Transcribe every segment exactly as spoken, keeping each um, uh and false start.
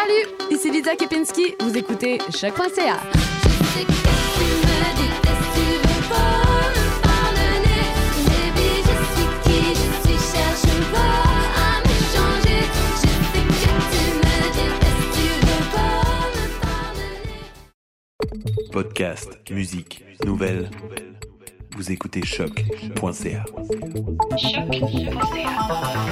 Salut, ici Lydia Kepinski. Vous écoutez choc point c a. Podcast, musique, nouvelles. Vous écoutez choc point c a. choc point c a.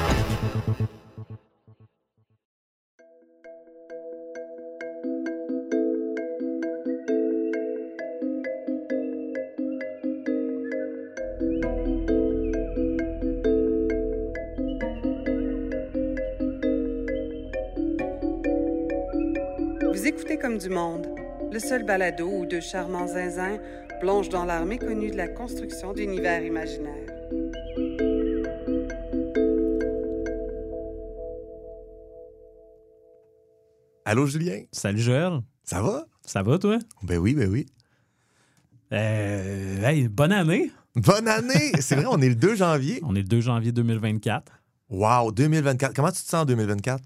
Vous écoutez Comme du monde, le seul balado où deux charmants zinzins plongent dans l'art méconnu de la construction d'univers imaginaires. Allô, Julien? Salut, Joël. Ça va? Ça va, toi? Ben oui, ben oui. Euh, hey, bonne année! Bonne année! C'est vrai, on est le deux janvier. On est le deux janvier deux mille vingt-quatre. Wow, deux mille vingt-quatre. Comment tu te sens en deux mille vingt-quatre?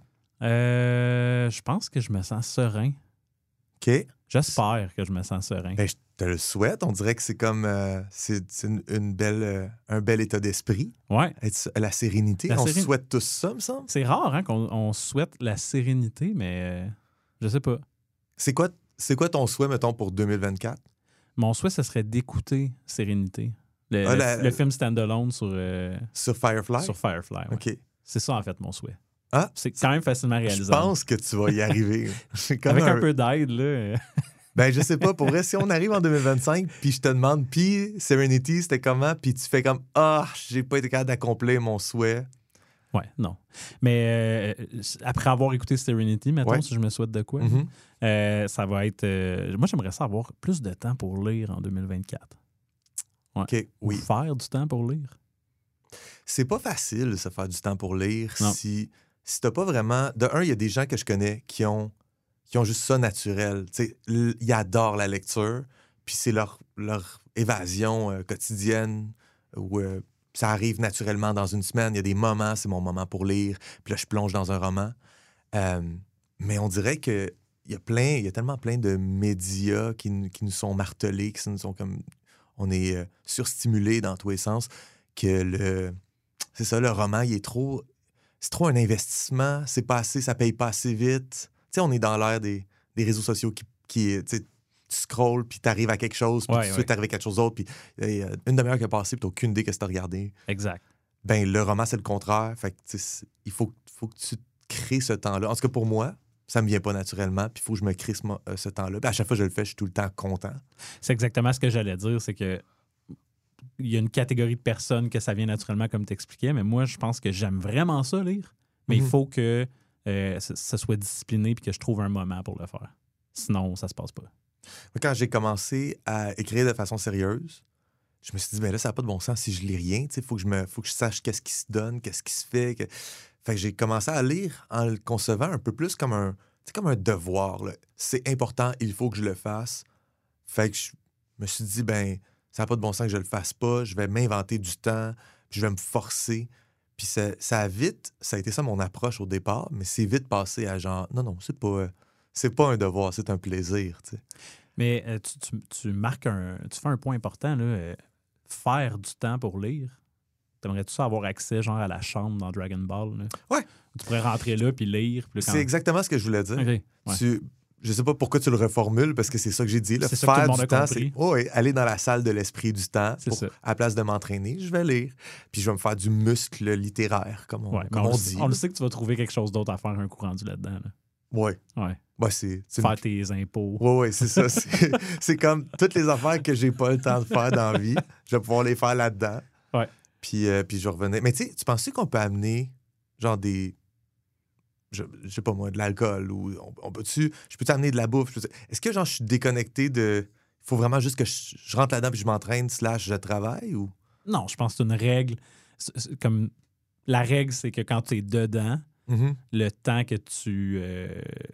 Euh, je pense que je me sens serein. OK. J'espère que je me sens serein. Ben, je te le souhaite. On dirait que c'est comme... Euh, c'est c'est une, une belle, euh, un bel état d'esprit. Ouais. Être, la sérénité. La on sérénité. souhaite tous ça, me semble. C'est rare hein, qu'on on souhaite la sérénité, mais euh, je sais pas. C'est quoi, c'est quoi ton souhait, mettons, pour deux mille vingt-quatre? Mon souhait, ce serait d'écouter Sérénité. Le, Ah, le, la- le film stand-alone sur, euh, Sur Firefly? sur Firefly. Ouais. OK. C'est ça, en fait, mon souhait. Ah, C'est quand même facilement je réalisable. pense que tu vas y arriver. C'est comme Avec un un- peu d'aide, là. Ben, je sais pas. Pour vrai, si on arrive en deux mille vingt-cinq, puis je te demande, puis Serenity, c'était comment? Puis tu fais comme, ah, j'ai pas été capable d'accomplir mon souhait. Ouais, non. Mais euh, après avoir écouté Serenity, mettons, Ouais. si je me souhaite de quoi, Mhm. euh, ça va être... euh, moi, j'aimerais ça avoir plus de temps pour lire en deux mille vingt-quatre. Ouais. OK, oui. Ou faire du temps pour lire. C'est pas facile de se faire du temps pour lire Non. si, si t'as pas vraiment... De un, il y a des gens que je connais qui ont, qui ont juste ça naturel. Tu sais, l- ils adorent la lecture, puis c'est leur, leur évasion euh, quotidienne où euh, ça arrive naturellement dans une semaine. Il y a des moments, c'est mon moment pour lire, puis là, je plonge dans un roman. Euh, mais on dirait que il y a plein, il y a tellement plein de médias qui, nous- qui nous sont martelés, qui nous sont comme... On est euh, surstimulés dans tous les sens, que le... C'est ça, le roman, il est trop... C'est trop un investissement, c'est pas assez, ça paye pas assez vite. Tu sais, on est dans l'ère des, des réseaux sociaux qui... qui tu sais, tu scrolls, puis t'arrives à quelque chose, puis Ouais, tout de ouais. suite t'arrives à quelque chose d'autre, puis euh, une demi-heure qui a passé, puis t'as aucune idée que t'as regardé. Exact. Ben, le roman, c'est le contraire. Fait que, tu sais, c'est- il faut, faut que tu crées ce temps-là. En tout cas, pour moi, ça me vient pas naturellement, puis il faut que je me crée ce, mo- euh, ce temps-là. Puis à chaque fois que je le fais, je suis tout le temps content. C'est exactement ce que j'allais dire, c'est que il y a une catégorie de personnes que ça vient naturellement, comme tu expliquais, mais moi, je pense que j'aime vraiment ça, lire. Mais Mhm. il faut que euh, ça, ça soit discipliné puis que je trouve un moment pour le faire. Sinon, ça se passe pas. Moi, quand j'ai commencé à écrire de façon sérieuse, je me suis dit, ben là, ça n'a pas de bon sens si je lis rien. Il faut que je me, faut que je sache qu'est-ce qui se donne, qu'est-ce qui se fait. Que... Fait que j'ai commencé à lire en le concevant un peu plus comme un, tu sais, comme un devoir. Là. C'est important, il faut que je le fasse. Fait que je me suis dit, ben, ça n'a pas de bon sens que je le fasse pas. Je vais m'inventer du temps, puis je vais me forcer. Puis ça, ça a vite, ça a été ça mon approche au départ, mais c'est vite passé à genre, non, non, c'est pas, euh, c'est pas un devoir, c'est un plaisir, tu sais. Mais euh, tu, tu- tu marques un. Tu fais un point important, là. euh, faire du temps pour lire. T'aimerais-tu ça avoir accès, genre, à la chambre dans Dragon Ball? Là? Ouais. Tu pourrais rentrer là puis lire. Puis là, quand... C'est exactement ce que je voulais dire. OK. Ouais. Tu, je sais pas pourquoi tu le reformules, parce que c'est ça que j'ai dit. Là. C'est ça que tout Faire le monde du a temps, compris. c'est oh, ouais, aller dans la salle de l'esprit du temps. C'est Pour, ça. à la place de m'entraîner, je vais lire. Puis je vais me faire du muscle littéraire, comme on, Ouais, mais comme on, on le- dit. on le sait que tu vas trouver quelque chose d'autre à faire un coup rendu là-dedans. Là. Ouais. Ouais. Ouais, c'est, c'est Faire tes impôts. Ouais, ouais, c'est ça. C'est, c'est comme toutes les affaires que j'ai pas le temps de faire dans la vie, je vais pouvoir les faire là-dedans. Ouais. Puis, euh, puis je revenais. Mais tu sais, tu penses qu'on peut amener genre des. Je, je sais pas moi, de l'alcool ou on, on peut-tu. Je peux t'amener de la bouffe? Je peux- Est-ce que genre je suis déconnecté de. Il faut vraiment juste que je, je rentre là-dedans puis je m'entraîne, slash je travaille ou. Non, je pense que c'est une règle. C'est- c'est comme la règle, c'est que quand tu es dedans, Mhm. le temps que tu. euh,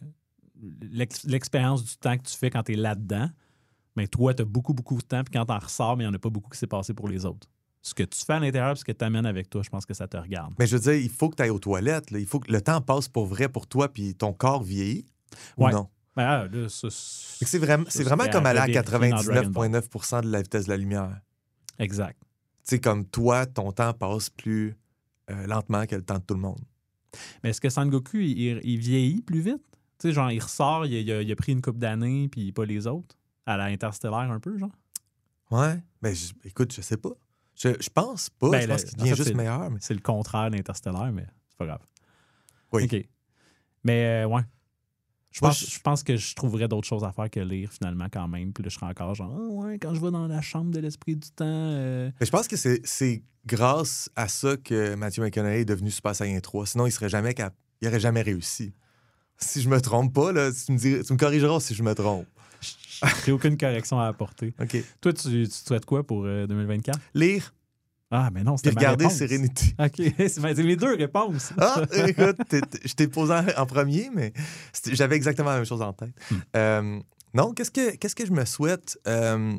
l'ex- l'expérience du temps que tu fais quand tu es là-dedans, mais toi, tu as beaucoup, beaucoup de temps, puis quand tu en ressors, mais il n'y en a pas beaucoup qui s'est passé pour les autres. Ce que tu fais à l'intérieur, ce que tu amènes avec toi, je pense que ça te regarde. Mais je veux dire, il faut que tu ailles aux toilettes. Là. Il faut que le temps passe pour vrai pour toi puis ton corps vieillit. Ou Ouais. non? Ben, ah, là, ça, Fait que C'est vraiment, ça, c'est vraiment c'était comme aller à revérifier dans Dragon Ball. quatre-vingt-dix-neuf virgule neuf pour cent de la vitesse de la lumière. Exact. Tu sais, comme toi, ton temps passe plus euh, lentement que le temps de tout le monde. Mais est-ce que Sangoku, il, il- il vieillit plus vite? Tu sais, genre, il ressort, il, il a, il a pris une couple d'années, puis pas les autres? À la Interstellaire, un peu, genre? Ouais. Ben, je- écoute, je sais pas. Je, je pense pas. Ben, je pense le- qu'il en devient fait, juste c'est- meilleur. Mais... C'est le contraire d'Interstellaire, mais c'est pas grave. Oui. OK. Mais, euh, ouais. Je Moi, pense, je- je pense que je trouverais d'autres choses à faire que lire, finalement, quand même. Puis là, je serais encore genre, ah ouais, quand je vais dans la chambre de l'esprit du temps... euh, Mais je pense que c'est, c'est grâce à ça que Matthew McConaughey est devenu Super Saiyan trois. Sinon, il serait jamais cap... il aurait jamais réussi. Si je me trompe pas, là, tu, me dis... tu me corrigeras si je me trompe. J'ai aucune correction à apporter. OK. Toi, tu, tu souhaites quoi pour euh, deux mille vingt-quatre? Lire Ah, mais non, et c'était ma regarder réponse. Sérénité. OK, c'est ma- c'est mes deux réponses. Ah, écoute, t'es- t'es- je t'ai posé en, en premier, mais c'était- j'avais exactement la même chose en tête. Hmm. Euh, non, qu'est-ce que, qu'est-ce que je me souhaite? Euh,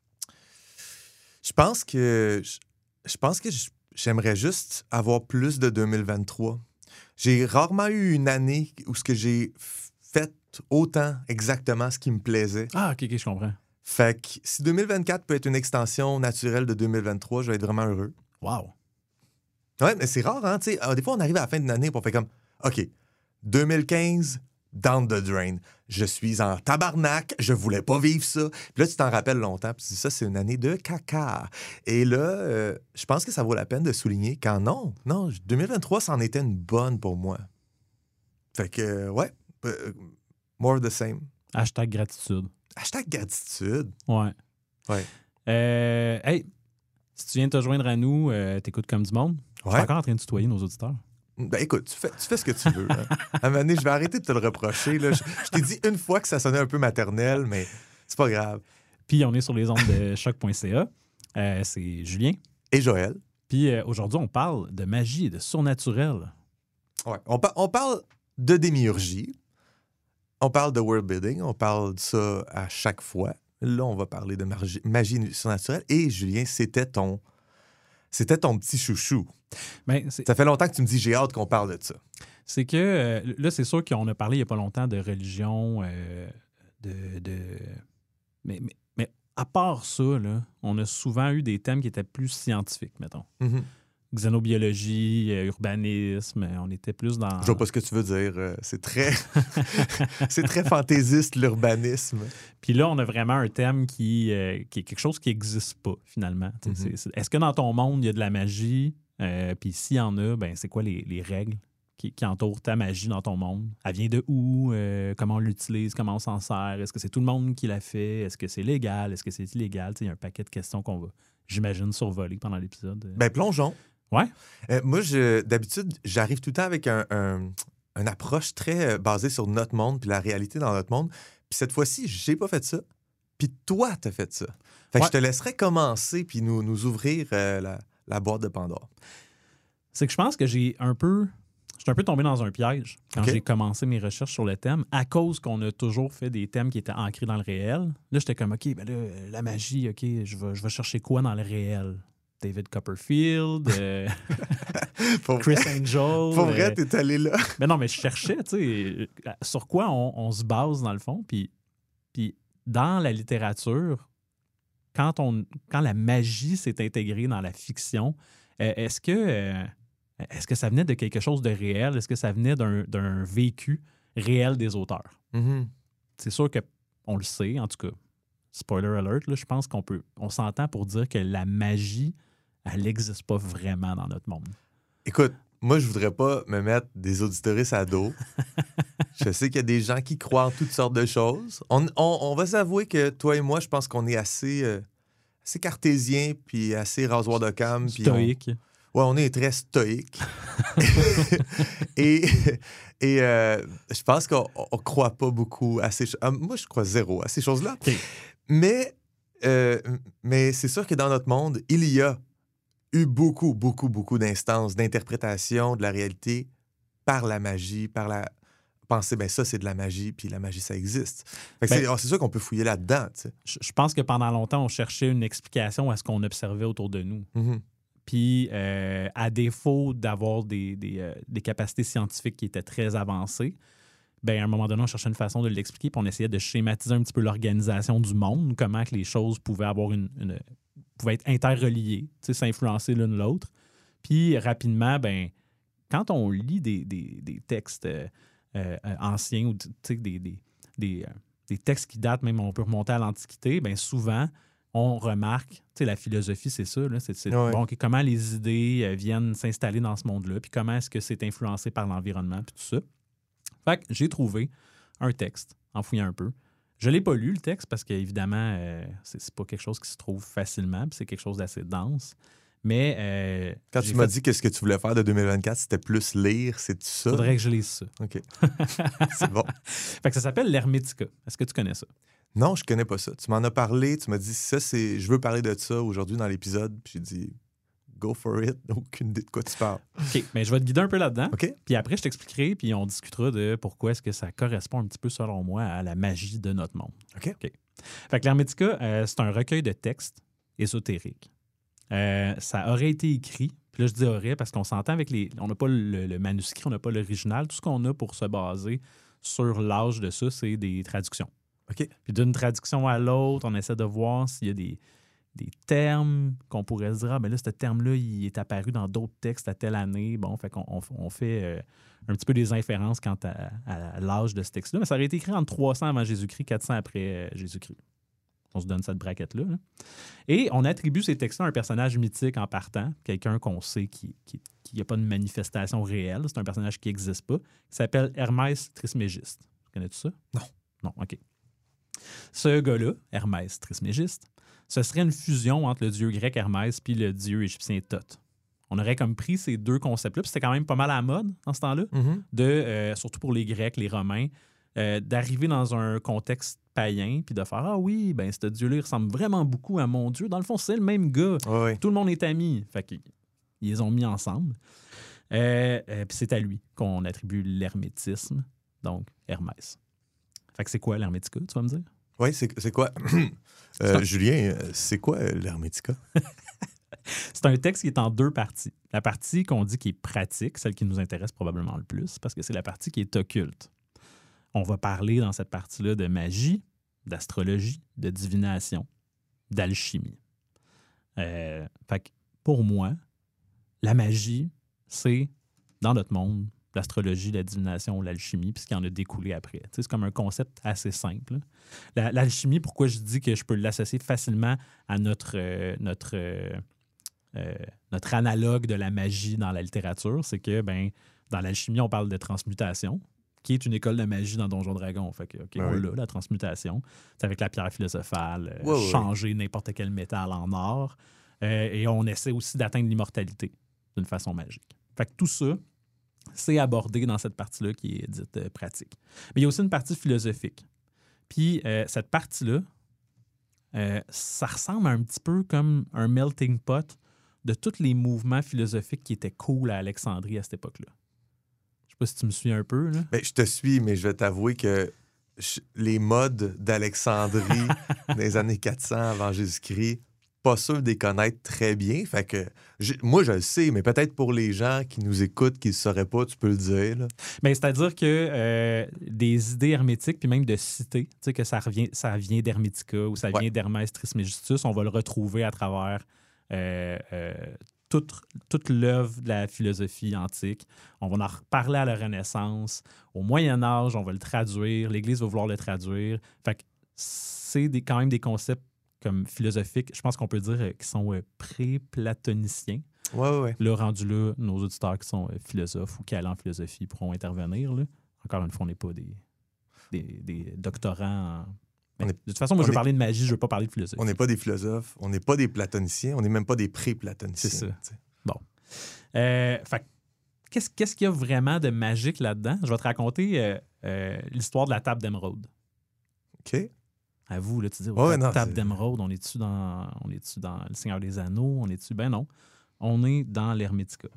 je pense que je, je pense que je- j'aimerais juste avoir plus de deux mille vingt-trois. J'ai rarement eu une année où ce que j'ai fait autant exactement ce qui me plaisait. Ah, OK, OK, je comprends. Fait que si deux mille vingt-quatre peut être une extension naturelle de deux mille vingt-trois, je vais être vraiment heureux. Wow. Ouais, mais c'est rare, hein? Tu sais, euh, des fois, on arrive à la fin d'une année et on fait comme OK, deux mille quinze, down the drain. Je suis en tabarnak, je voulais pas vivre ça. Puis là, tu t'en rappelles longtemps, puis tu dis ça, c'est une année de caca. Et là, euh, je pense que ça vaut la peine de souligner quand non, non, deux mille vingt-trois, c'en était une bonne pour moi. Fait que, euh, ouais, euh, more of the same. Hashtag gratitude. Hashtag gratitude. Ouais. Ouais. Euh, hey, si tu viens de te joindre à nous, euh, t'écoutes comme du monde. Je suis Ouais. encore en train de tutoyer nos auditeurs. Ben écoute, tu fais, tu fais ce que tu veux. Là. À un moment donné, je vais arrêter de te le reprocher. Là. Je, je t'ai dit une fois que ça sonnait un peu maternel, mais c'est pas grave. Puis on est sur les ondes de choc point c a. Euh, c'est Julien. Et Joël? Puis euh, aujourd'hui, on parle de magie et de surnaturel. Ouais. On, par- on parle de démiurgie. On parle de world building. On parle de ça à chaque fois. Là, on va parler de magie, magie surnaturelle. Et Julien, c'était ton, c'était ton petit chouchou. Ben, c'est Ça fait longtemps que tu me dis j'ai hâte qu'on parle de ça. c'est que euh, là, c'est sûr qu'on a parlé il n'y a pas longtemps de religion, euh, de. de... Mais, mais, mais à part ça, là, on a souvent eu des thèmes qui étaient plus scientifiques, mettons. Mhm. Xénobiologie, euh, urbanisme, euh, on était plus dans. Je vois pas ce que tu veux dire. Euh, C'est très, c'est très fantaisiste, l'urbanisme. Puis là, on a vraiment un thème qui, euh, qui est quelque chose qui n'existe pas, finalement. Tu sais, Mhm. c'est- c'est- Est-ce que dans ton monde, il y a de la magie? Euh, puis s'il y en a, ben, c'est quoi les, les règles qui, qui entourent ta magie dans ton monde? Elle vient de où? Euh, comment on l'utilise? Comment on s'en sert? Est-ce que c'est tout le monde qui l'a fait? Est-ce que c'est légal? Est-ce que c'est illégal? Tu sais, il y a un paquet de questions qu'on va, j'imagine, survoler pendant l'épisode. Ben, plongeons. Ouais? Euh, moi, je, d'habitude, j'arrive tout le temps avec un, un- une approche très euh, basée sur notre monde puis la réalité dans notre monde. Puis cette fois-ci, j'ai pas fait ça. Puis toi, t'as fait ça. Fait que Ouais. je te laisserai commencer puis nous, nous ouvrir euh, la, la boîte de Pandore. C'est que je pense que j'ai un peu. Je suis un peu tombé dans un piège quand OK. j'ai commencé mes recherches sur le thème, à cause qu'on a toujours fait des thèmes qui étaient ancrés dans le réel. Là, j'étais comme, OK, ben là, euh, la magie, OK, je vais, je vais chercher quoi dans le réel? David Copperfield, euh, Pour Chris vrai, Angel. pour vrai euh, t'es allé là. mais non, mais je cherchais, tu sais, euh, sur quoi on, on se base dans le fond. Puis, puis dans la littérature, quand, on, quand la magie s'est intégrée dans la fiction, euh, est-ce que, euh, est-ce que ça venait de quelque chose de réel? Est-ce que ça venait d'un, d'un vécu réel des auteurs? Mhm. C'est sûr qu'on le sait, en tout cas. Spoiler alert, là, je pense qu'on peut, on s'entend pour dire que la magie, elle n'existe pas vraiment dans notre monde. Écoute, moi, je voudrais pas me mettre des auditoristes à dos. Je sais qu'il y a des gens qui croient en toutes sortes de choses. On, on- on va s'avouer que toi et moi, je pense qu'on est assez, euh, assez cartésien puis assez rasoir de cam. puis on- Stoïque. Ouais, on est très stoïque. et et euh, je pense qu'on ne croit pas beaucoup à ces choses. Moi, je crois zéro à ces choses-là. OK. Mais, euh, mais c'est sûr que dans notre monde, il y a eu beaucoup, beaucoup, beaucoup d'instances d'interprétation de la réalité par la magie, par la... Penser, ben ça, c'est de la magie, puis la magie, ça existe. Fait que Ben- c'est oh, c'est sûr qu'on peut fouiller là-dedans, tu sais. Je je pense que pendant longtemps, on cherchait une explication à ce qu'on observait autour de nous. Mhm. Puis, euh, à défaut d'avoir des, des, euh, des capacités scientifiques qui étaient très avancées, ben, à un moment donné, on cherchait une façon de l'expliquer, puis on essayait de schématiser un petit peu l'organisation du monde, comment que les choses pouvaient avoir une, une pouvaient être interreliées, s'influencer l'une l'autre. Puis rapidement, ben, quand on lit des, des, des textes euh, euh, anciens ou des, des, des, euh, des textes qui datent, même on peut remonter à l'Antiquité, ben souvent, on remarque, tu sais, la philosophie, c'est ça, là, c'est, c'est ouais. bon, okay, comment les idées euh, viennent s'installer dans ce monde-là, puis comment est-ce que c'est influencé par l'environnement, puis tout ça. Fait que j'ai trouvé un texte, en fouillant un peu. Je ne l'ai pas lu, le texte, parce qu'évidemment, euh, c'est, c'est pas quelque chose qui se trouve facilement, puis c'est quelque chose d'assez dense. Mais. Euh, Quand tu m'as fait... dit que ce que tu voulais faire de deux mille vingt-quatre, c'était plus lire, c'est tout ça? Faudrait que je lise ça. OK. C'est bon. Fait que ça s'appelle l'Hermética. Est-ce que tu connais ça? Non, je connais pas ça. Tu m'en as parlé, tu m'as dit ça, c'est. Je veux parler de ça aujourd'hui dans l'épisode. Puis j'ai dit go for it. Aucune idée de quoi tu parles. OK. Mais je vais te guider un peu là-dedans. OK. Puis après, je t'expliquerai, puis on discutera de pourquoi est-ce que ça correspond un petit peu, selon moi, à la magie de notre monde. OK. OK. Fait que l'Hermética, euh, c'est un recueil de textes ésotériques. Euh, ça aurait été écrit, puis là je dis aurait parce qu'on s'entend avec les... On n'a pas le, le manuscrit, on n'a pas l'original. Tout ce qu'on a pour se baser sur l'âge de ça, c'est des traductions. OK. Puis d'une traduction à l'autre, on essaie de voir s'il y a des, des termes qu'on pourrait se dire, ah, ben là, ce terme-là, il est apparu dans d'autres textes à telle année. Bon, fait qu'on on, on fait euh, un petit peu des inférences quant à, à l'âge de ce texte-là. Mais ça aurait été écrit entre trois cents avant Jésus-Christ, quatre cents après euh, Jésus-Christ. On se donne cette braquette-là. Hein. Et on attribue ces textes-là à un personnage mythique en partant, quelqu'un qu'on sait qui n'a pas de manifestation réelle. C'est un personnage qui n'existe pas. Il s'appelle Hermès Trismégiste. Connais-tu ça? Non. Non, OK. Ce gars-là, Hermès Trismégiste, ce serait une fusion entre le dieu grec Hermès puis le dieu égyptien Thoth. On aurait comme pris ces deux concepts-là, puis c'était quand même pas mal à la mode dans ce temps-là, Mm-hmm. de, euh, surtout pour les Grecs, les Romains, euh, d'arriver dans un contexte païen puis de faire « Ah oui, ben ce dieu-là, il ressemble vraiment beaucoup à mon dieu. Dans le fond, c'est le même gars. Ouais, ouais. Tout le monde est amis. » Fait qu'ils ils les ont mis ensemble. Euh, euh, puis c'est à lui qu'on attribue l'hermétisme, donc Hermès. Fait que c'est quoi l'Hermética, tu vas me dire? Oui, c'est, c'est quoi? euh, Julien, c'est quoi euh, l'Hermética? C'est un texte qui est en deux parties. La partie qu'on dit qui est pratique, celle qui nous intéresse probablement le plus, parce que c'est la partie qui est occulte. On va parler dans cette partie-là de magie, d'astrologie, de divination, d'alchimie. Euh, fait que pour moi, la magie, c'est dans notre monde l'astrologie, la divination, l'alchimie, puis ce qui en a découlé après. Tu sais, c'est comme un concept assez simple. La, l'alchimie, pourquoi je dis que je peux l'associer facilement à notre, euh, notre, euh, euh, notre analogue de la magie dans la littérature, c'est que ben, dans l'alchimie, on parle de transmutation, qui est une école de magie dans Donjons Dragons. Fait que, OK, ah on oui. l'a, la transmutation. C'est avec la pierre philosophale, euh, ouais, changer ouais. n'importe quel métal en or. Euh, et on essaie aussi d'atteindre l'immortalité d'une façon magique. Fait que tout ça, c'est abordé dans cette partie-là qui est dite euh, pratique. Mais il y a aussi une partie philosophique. Puis euh, cette partie-là, euh, ça ressemble un petit peu comme un melting pot de tous les mouvements philosophiques qui étaient cool à Alexandrie à cette époque-là. Je sais pas si tu me suis un peu. Là. Ben, je te suis, mais je vais t'avouer que je, les modes d'Alexandrie des années quatre cents avant Jésus-Christ, pas sûr de les connaître très bien. Fait que je, moi, je le sais, mais peut-être pour les gens qui nous écoutent, qui ne sauraient pas, tu peux le dire. Là. Bien, c'est-à-dire que euh, des idées hermétiques, puis même de cités, tu sais, que ça, revient, ça vient d'Hermética ou ça vient ouais. d'Hermès Trismégistus, on va le retrouver à travers euh, euh, toute, toute l'œuvre de la philosophie antique. On va en reparler à la Renaissance. Au Moyen Âge, on va le traduire. L'Église va vouloir le traduire. Fait que c'est des, quand même des concepts comme philosophiques, je pense qu'on peut dire euh, qui sont euh, pré-platoniciens. Oui, oui, oui. Là, rendu là, nos auditeurs qui sont euh, philosophes ou qui allent en philosophie pourront intervenir. Là. Encore une fois, on n'est pas des, des, des doctorants. En... Ben, est, de toute façon, moi, je veux est, parler de magie, je ne veux pas parler de philosophie. On n'est pas des philosophes, on n'est pas des platoniciens, on n'est même pas des pré-platoniciens. C'est ça. T'sais. Bon. Euh, fait qu'est-ce, qu'est-ce qu'il y a vraiment de magique là-dedans? Je vais te raconter euh, euh, l'histoire de la table d'émeraude. OK. À vous, là, tu dis, oh, la non, table c'est... d'émeraude, on est-tu dans, on est-tu dans Le Seigneur des Anneaux? On est-tu? Ben non. On est dans l'Hermética.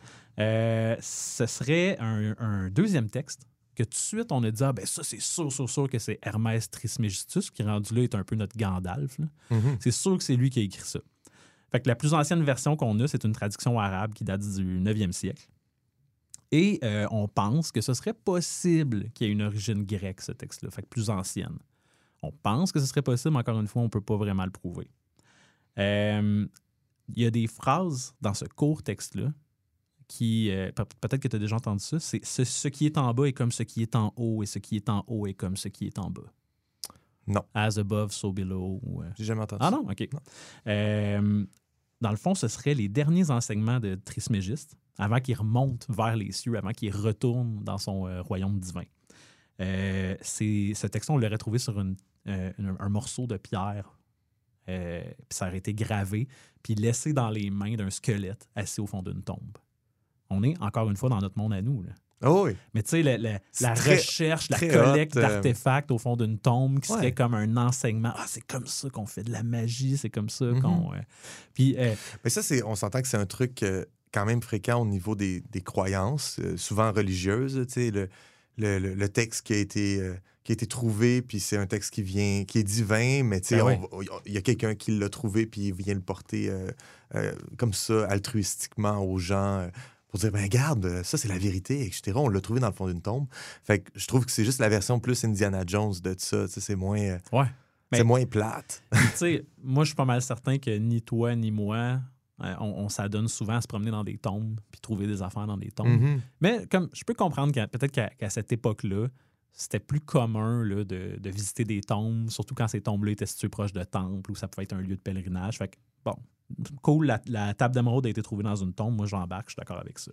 Euh, ce serait un, un deuxième texte que tout de suite, on a dit, ah, ben ça, c'est sûr, sûr, sûr que c'est Hermès Trismégistus, qui rendu là est un peu notre Gandalf. Là. Mm-hmm. C'est sûr que c'est lui qui a écrit ça. Fait que la plus ancienne version qu'on a, c'est une traduction arabe qui date du neuvième siècle. Et euh, on pense que ce serait possible qu'il y ait une origine grecque, ce texte-là, fait que plus ancienne. On pense que ce serait possible, mais encore une fois, on ne peut pas vraiment le prouver. Euh, il y a des phrases dans ce court texte-là qui, euh, peut-être que tu as déjà entendu ça, c'est ce, ce qui est en bas est comme ce qui est en haut et ce qui est en haut est comme ce qui est en bas. Non. As above, so below. Ou, euh... J'ai jamais entendu ah ça. non? OK. Non. Euh, dans le fond, ce seraient les derniers enseignements de Trismégiste avant qu'il remonte vers les cieux, avant qu'il retourne dans son euh, royaume divin. Euh, c'est, ce texte, on l'aurait trouvé sur une, euh, une, un morceau de pierre. Euh, puis ça aurait été gravé, puis laissé dans les mains d'un squelette assis au fond d'une tombe. On est encore une fois dans notre monde à nous. Là. Oh oui. Mais tu sais, la, la, la très, recherche, la très collecte hot, euh... d'artefacts au fond d'une tombe qui ouais. serait comme un enseignement. Ah, c'est comme ça qu'on fait de la magie, c'est comme ça mm-hmm. qu'on... Euh... Puis, euh... Mais ça, c'est, on s'entend que c'est un truc euh, quand même fréquent au niveau des, des croyances, euh, souvent religieuses. Tu sais, le, le, le, le texte qui a été... Euh, qui a été trouvé, puis c'est un texte qui vient, qui est divin, mais tu sais, ben il oui. y a quelqu'un qui l'a trouvé, puis il vient le porter euh, euh, comme ça, altruistiquement aux gens, euh, pour dire, ben regarde, ça c'est la vérité, et cetera. On l'a trouvé dans le fond d'une tombe. Fait que je trouve que c'est juste la version plus Indiana Jones de ça, tu sais, c'est moins... Euh, ouais. c'est mais, moins plate. Tu sais, moi je suis pas mal certain que ni toi ni moi, euh, on, on s'adonne souvent à se promener dans des tombes, puis trouver des affaires dans des tombes. Mm-hmm. Mais comme je peux comprendre qu'à, peut-être qu'à, qu'à cette époque-là, c'était plus commun là, de, de visiter des tombes, surtout quand ces tombes-là étaient situées proches de temples ou ça pouvait être un lieu de pèlerinage. Fait que, bon, cool, la, la table d'émeraude a été trouvée dans une tombe. Moi, j'embarque, je suis d'accord avec ça.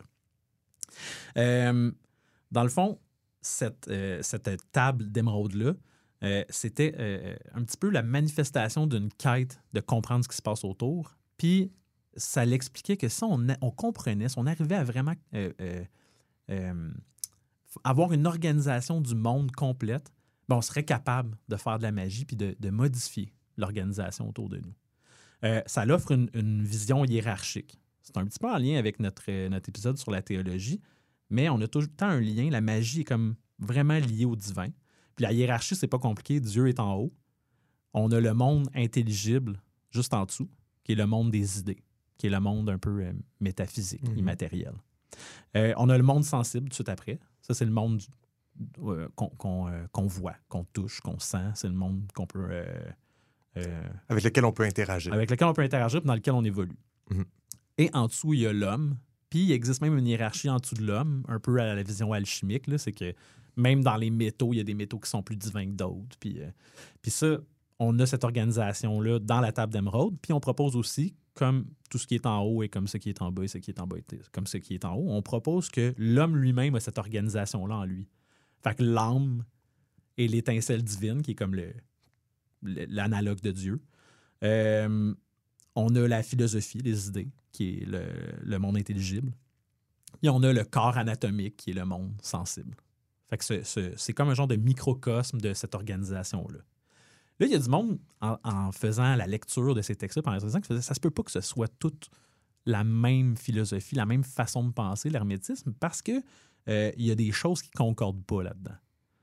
Euh, dans le fond, cette, euh, cette table d'émeraude-là, euh, c'était euh, un petit peu la manifestation d'une quête de comprendre ce qui se passe autour. Puis, ça l'expliquait que si on, a, on comprenait, si on arrivait à vraiment... Euh, euh, euh, avoir une organisation du monde complète, ben on serait capable de faire de la magie puis de, de modifier l'organisation autour de nous. Euh, ça l'offre une, une vision hiérarchique. C'est un petit peu en lien avec notre, notre épisode sur la théologie, mais on a tout le temps un lien. La magie est comme vraiment liée au divin. Puis la hiérarchie, c'est pas compliqué. Dieu est en haut. On a le monde intelligible juste en dessous, qui est le monde des idées, qui est le monde un peu euh, métaphysique, mm-hmm. immatériel. Euh, on a le monde sensible tout de suite après. Ça, c'est le monde du, euh, qu'on, qu'on, euh, qu'on voit, qu'on touche, qu'on sent. C'est le monde qu'on peut... Euh, euh, avec lequel on peut interagir. Avec lequel on peut interagir et dans lequel on évolue. Mm-hmm. Et en dessous, il y a l'homme. Puis, il existe même une hiérarchie en dessous de l'homme, un peu à la vision alchimique. Là, c'est que même dans les métaux, il y a des métaux qui sont plus divins que d'autres. Puis, euh, puis ça, on a cette organisation-là dans la table d'émeraude. Puis, on propose aussi, comme tout ce qui est en haut est comme ce qui est en bas et ce qui est en bas est comme ce qui est en haut, on propose que l'homme lui-même a cette organisation-là en lui. Fait que l'âme et l'étincelle divine, qui est comme le, le, l'analogue de Dieu. Euh, on a la philosophie, les idées, qui est le, le monde intelligible. Et on a le corps anatomique, qui est le monde sensible. Fait que ce, ce, c'est comme un genre de microcosme de cette organisation-là. Là, il y a du monde, en, en faisant la lecture de ces textes-là, pendant les ans, qui faisait ça se peut pas que ce soit toute la même philosophie, la même façon de penser, l'hermétisme, parce que euh, il y a des choses qui ne concordent pas là-dedans.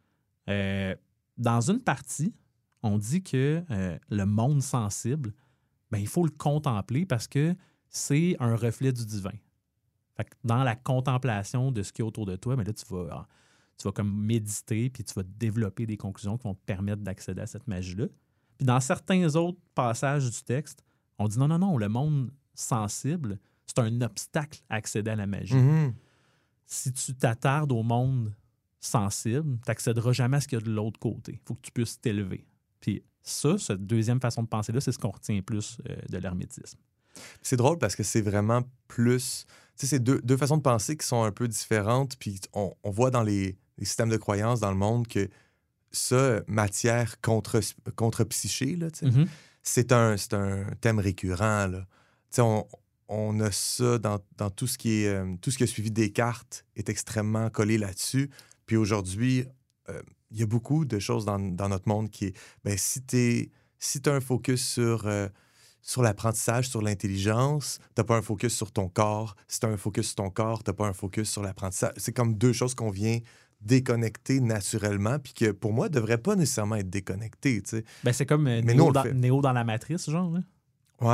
Euh, dans une partie, on dit que euh, le monde sensible, ben, il faut le contempler parce que c'est un reflet du divin. Fait que dans la contemplation de ce qui est autour de toi, ben là, tu vas... Tu vas comme méditer, puis tu vas développer des conclusions qui vont te permettre d'accéder à cette magie-là. Puis dans certains autres passages du texte, on dit non, non, non, le monde sensible, c'est un obstacle à accéder à la magie. Mm-hmm. Si tu t'attardes au monde sensible, tu n'accéderas jamais à ce qu'il y a de l'autre côté. Il faut que tu puisses t'élever. Puis ça, cette deuxième façon de penser-là, c'est ce qu'on retient plus euh, de l'hermétisme. C'est drôle parce que c'est vraiment plus... Tu sais, c'est deux, deux façons de penser qui sont un peu différentes, puis on, on voit dans les... les systèmes de croyances dans le monde que ça, matière contre, contre psyché, là, mm-hmm. c'est, un, c'est un thème récurrent. Là. On, on a ça dans, dans tout ce qui est euh, tout ce qui a suivi Descartes est extrêmement collé là-dessus. Puis aujourd'hui, il euh, y a beaucoup de choses dans, dans notre monde qui est ben, si tu si as un focus sur, euh, sur l'apprentissage, sur l'intelligence, tu n'as pas un focus sur ton corps. Si tu as un focus sur ton corps, tu n'as pas un focus sur l'apprentissage. C'est comme deux choses qu'on vient déconnecté naturellement, puis que pour moi, ne devrait pas nécessairement être déconnecté. Tu sais. Ben, c'est comme euh, Néo, dans, Néo dans la matrice, genre. Là. Ouais. Tu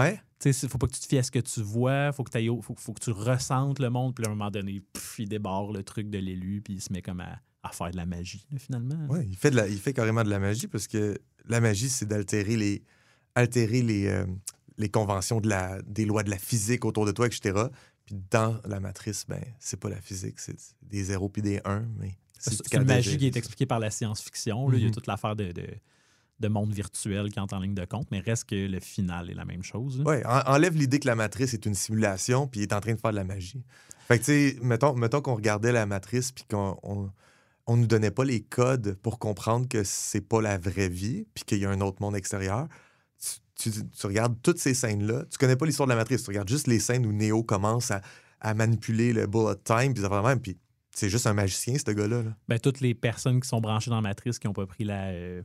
Tu sais, faut pas que tu te fies à ce que tu vois, faut que, t'ailles au- faut, faut que tu ressentes le monde, puis à un moment donné, pff, il débarre le truc de l'élu, puis il se met comme à, à faire de la magie, là, finalement. Ouais, il fait, de la, il fait carrément de la magie parce que la magie, c'est d'altérer les, altérer les, euh, les conventions de la, des lois de la physique autour de toi, et cetera. Puis dans la matrice, ben, c'est pas la physique, c'est des zéros puis des un, mais C'est, du c'est une cadre magie de- qui est expliquée par la science-fiction. Là. Il y a Mhm. toute l'affaire de, de, de monde virtuel qui entre en ligne de compte, mais reste que le final est la même chose. là. Ouais, en- enlève l'idée que la matrice est une simulation puis il est en train de faire de la magie. Fait que, tu sais, mettons, mettons qu'on regardait la matrice puis qu'on on, on nous donnait pas les codes pour comprendre que c'est pas la vraie vie puis qu'il y a un autre monde extérieur. Tu, tu- tu regardes toutes ces scènes-là, tu connais pas l'histoire de la matrice, tu regardes juste les scènes où Neo commence à, à manipuler le bullet time puis ça va même, puis c'est juste un magicien, ce gars-là. Là. Ben, toutes les personnes qui sont branchées dans la matrice qui n'ont pas pris la euh,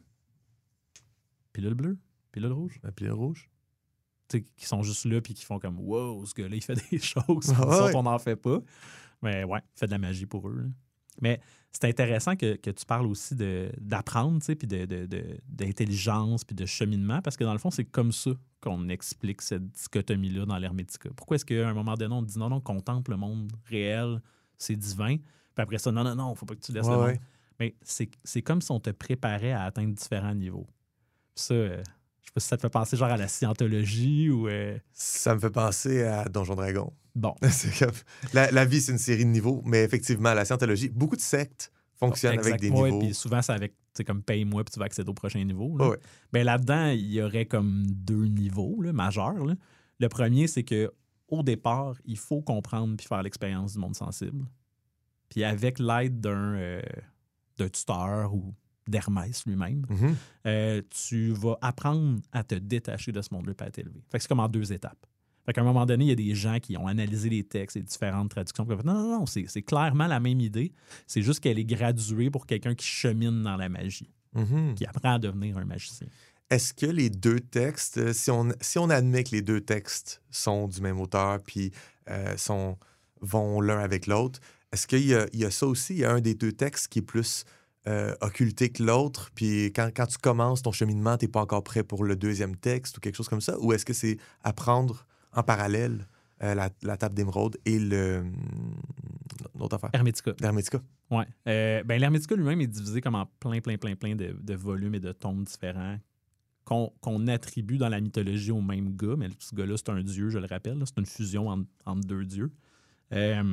pilule bleue, pilule rouge, La pilule rouge. tu sais, qui sont juste là puis qui font comme wow, ce gars-là, il fait des choses Ah comme ouais. ça, on n'en fait pas. Mais ouais, il fait de la magie pour eux. là. Mais c'est intéressant que, que tu parles aussi de, d'apprendre, tu sais, puis de, de, de- d'intelligence, puis de cheminement, parce que dans le fond, c'est comme ça qu'on explique cette dichotomie-là dans l'Hermética. Pourquoi est-ce qu'à un moment donné, on dit non, non, contemple le monde réel, c'est divin, puis après ça, non, non, non, faut pas que tu laisses Ouais, le monde. ouais. Mais c'est, c'est comme si on te préparait à atteindre différents niveaux. Puis ça, euh, je sais pas si ça te fait penser genre à la scientologie ou... euh, Ça me fait penser à Donjon Dragon. bon, C'est comme- la, la vie, c'est une série de niveaux, mais effectivement, la scientologie, beaucoup de sectes fonctionnent avec des exactement. Ouais, niveaux. puis souvent, c'est avec, tu sais, comme paye-moi, puis tu vas accéder au prochain niveau. Là. Ouais, ouais. Ben, là-dedans, il y aurait comme deux niveaux là, majeurs. là. Le premier, c'est que au départ, il faut comprendre puis faire l'expérience du monde sensible. Puis avec l'aide d'un, euh, d'un tuteur ou d'Hermès lui-même, Mhm. euh, tu vas apprendre à te détacher de ce monde-là et à t'élever. Fait que c'est comme en deux étapes. Fait qu'à un moment donné, il y a des gens qui ont analysé les textes et différentes traductions. Puis ils ont fait, non, non, non, c'est, c'est clairement la même idée. C'est juste qu'elle est graduée pour quelqu'un qui chemine dans la magie, Mhm. qui apprend à devenir un magicien. Est-ce que les deux textes, euh, si on, si on admet que les deux textes sont du même auteur puis euh, sont, vont l'un avec l'autre, est-ce qu'il y a, il y a ça aussi? Il y a un des deux textes qui est plus euh, occulté que l'autre, puis quand, quand tu commences ton cheminement, tu n'es pas encore prêt pour le deuxième texte ou quelque chose comme ça? Ou est-ce que c'est apprendre en parallèle euh, la, la table d'émeraude et le... L'autre affaire? Hermética. L'Hermética. Ouais. Euh, ben, l'Hermética lui-même est divisé comme en plein, plein, plein, plein de, de volumes et de tomes différents qu'on, qu'on attribue dans la mythologie au même gars. Mais ce gars-là, c'est un dieu, je le rappelle. là. C'est une fusion entre, entre deux dieux. Euh,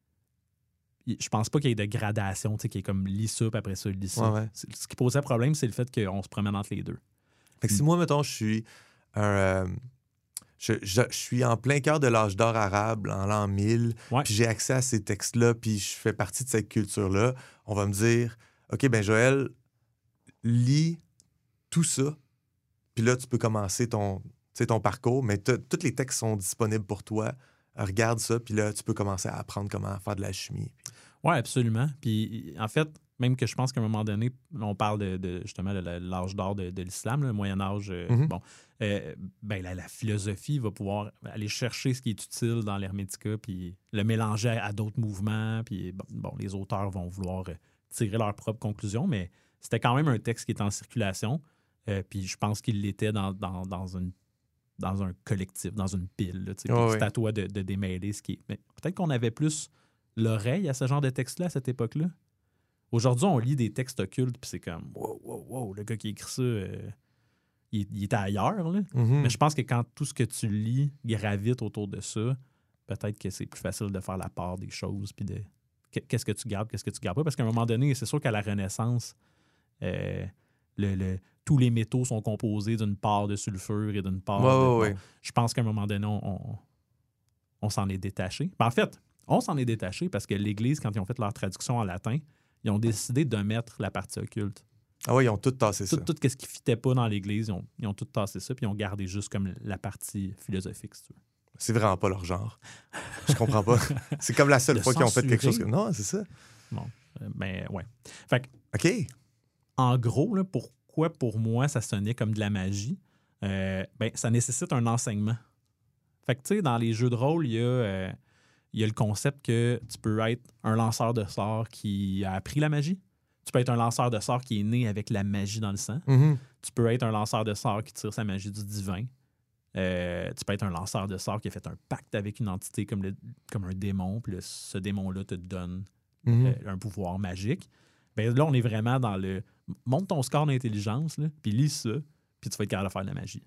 y- je pense pas qu'il y ait de gradation, tu sais, qui est comme lis ça, puis après ça, lis ça. Ouais, ouais. C'est- Ce qui posait problème, c'est le fait qu'on se promène entre les deux. Fait que si moi, mettons, je suis un... euh, je, je- je suis en plein cœur de l'âge d'or arabe, en l'an mille, Ouais. puis j'ai accès à ces textes-là, puis je fais partie de cette culture-là. On va me dire, OK, ben Joël, lis tout ça, puis là, tu peux commencer ton, tu sais, ton parcours, mais t'as- tous les textes sont disponibles pour toi. Regarde ça, puis là, tu peux commencer à apprendre comment faire de la chimie. Oui, absolument. Puis, en fait, même que je pense qu'à un moment donné, on parle de, de, justement de la- l'âge d'or de, de l'islam, là, le Moyen-Âge. euh, Mhm. Bon, euh, ben, la, la philosophie va pouvoir aller chercher ce qui est utile dans l'Hermética, puis le mélanger à, à d'autres mouvements. Puis, bon, bon, les auteurs vont vouloir euh, tirer leurs propres conclusions, mais c'était quand même un texte qui est en circulation. euh, puis, je pense qu'il l'était dans, dans, dans une dans un collectif, dans une pile. Là, tu sais. Puis Ouais, c'est ouais. à toi de, de démêler ce qui est. Mais peut-être qu'on avait plus l'oreille à ce genre de texte-là à cette époque-là. Aujourd'hui, on lit des textes occultes, puis c'est comme wow, wow, wow, le gars qui écrit ça, euh, il, il était ailleurs. Là. Mhm. Mais je pense que quand tout ce que tu lis gravite autour de ça, peut-être que c'est plus facile de faire la part des choses, puis de qu- qu'est-ce que tu gardes, qu'est-ce que tu gardes pas. Parce qu'à un moment donné, c'est sûr qu'à la Renaissance, euh, le, le- tous les métaux sont composés d'une part de sulfure et d'une part Ouais, de... ouais, bon, ouais. je pense qu'à un moment donné, on, on, on s'en est détaché. Ben, en fait, on s'en est détaché parce que l'Église, quand ils ont fait leur traduction en latin, ils ont décidé de mettre la partie occulte. Ah ouais, ils ont tout tassé ça. Tout, tout ce qui ne fitait pas dans l'Église, ils ont, ils ont tout tassé ça, puis ils ont gardé juste comme la partie philosophique, si tu veux. C'est vraiment pas leur genre. Je comprends pas. C'est comme la seule Le fois qu'ils ont fait quelque chose censurer. que... Non, c'est ça. Bon, euh, ben ouais. Fait que, OK. en gros, là, pourquoi pour moi ça sonnait comme de la magie? Euh, ben, ça nécessite un enseignement. Fait que, tu sais, dans les jeux de rôle, il y a, euh, il y a le concept que tu peux être un lanceur de sorts qui a appris la magie. Tu peux être un lanceur de sorts qui est né avec la magie dans le sang. Mhm. Tu peux être un lanceur de sorts qui tire sa magie du divin. Euh, tu peux être un lanceur de sorts qui a fait un pacte avec une entité comme, le, comme un démon, puis là, ce démon-là te donne Mhm. euh, un pouvoir magique. Ben là, on est vraiment dans le... Monte ton score d'intelligence, là, puis lis ça, puis tu vas être capable de faire de la magie.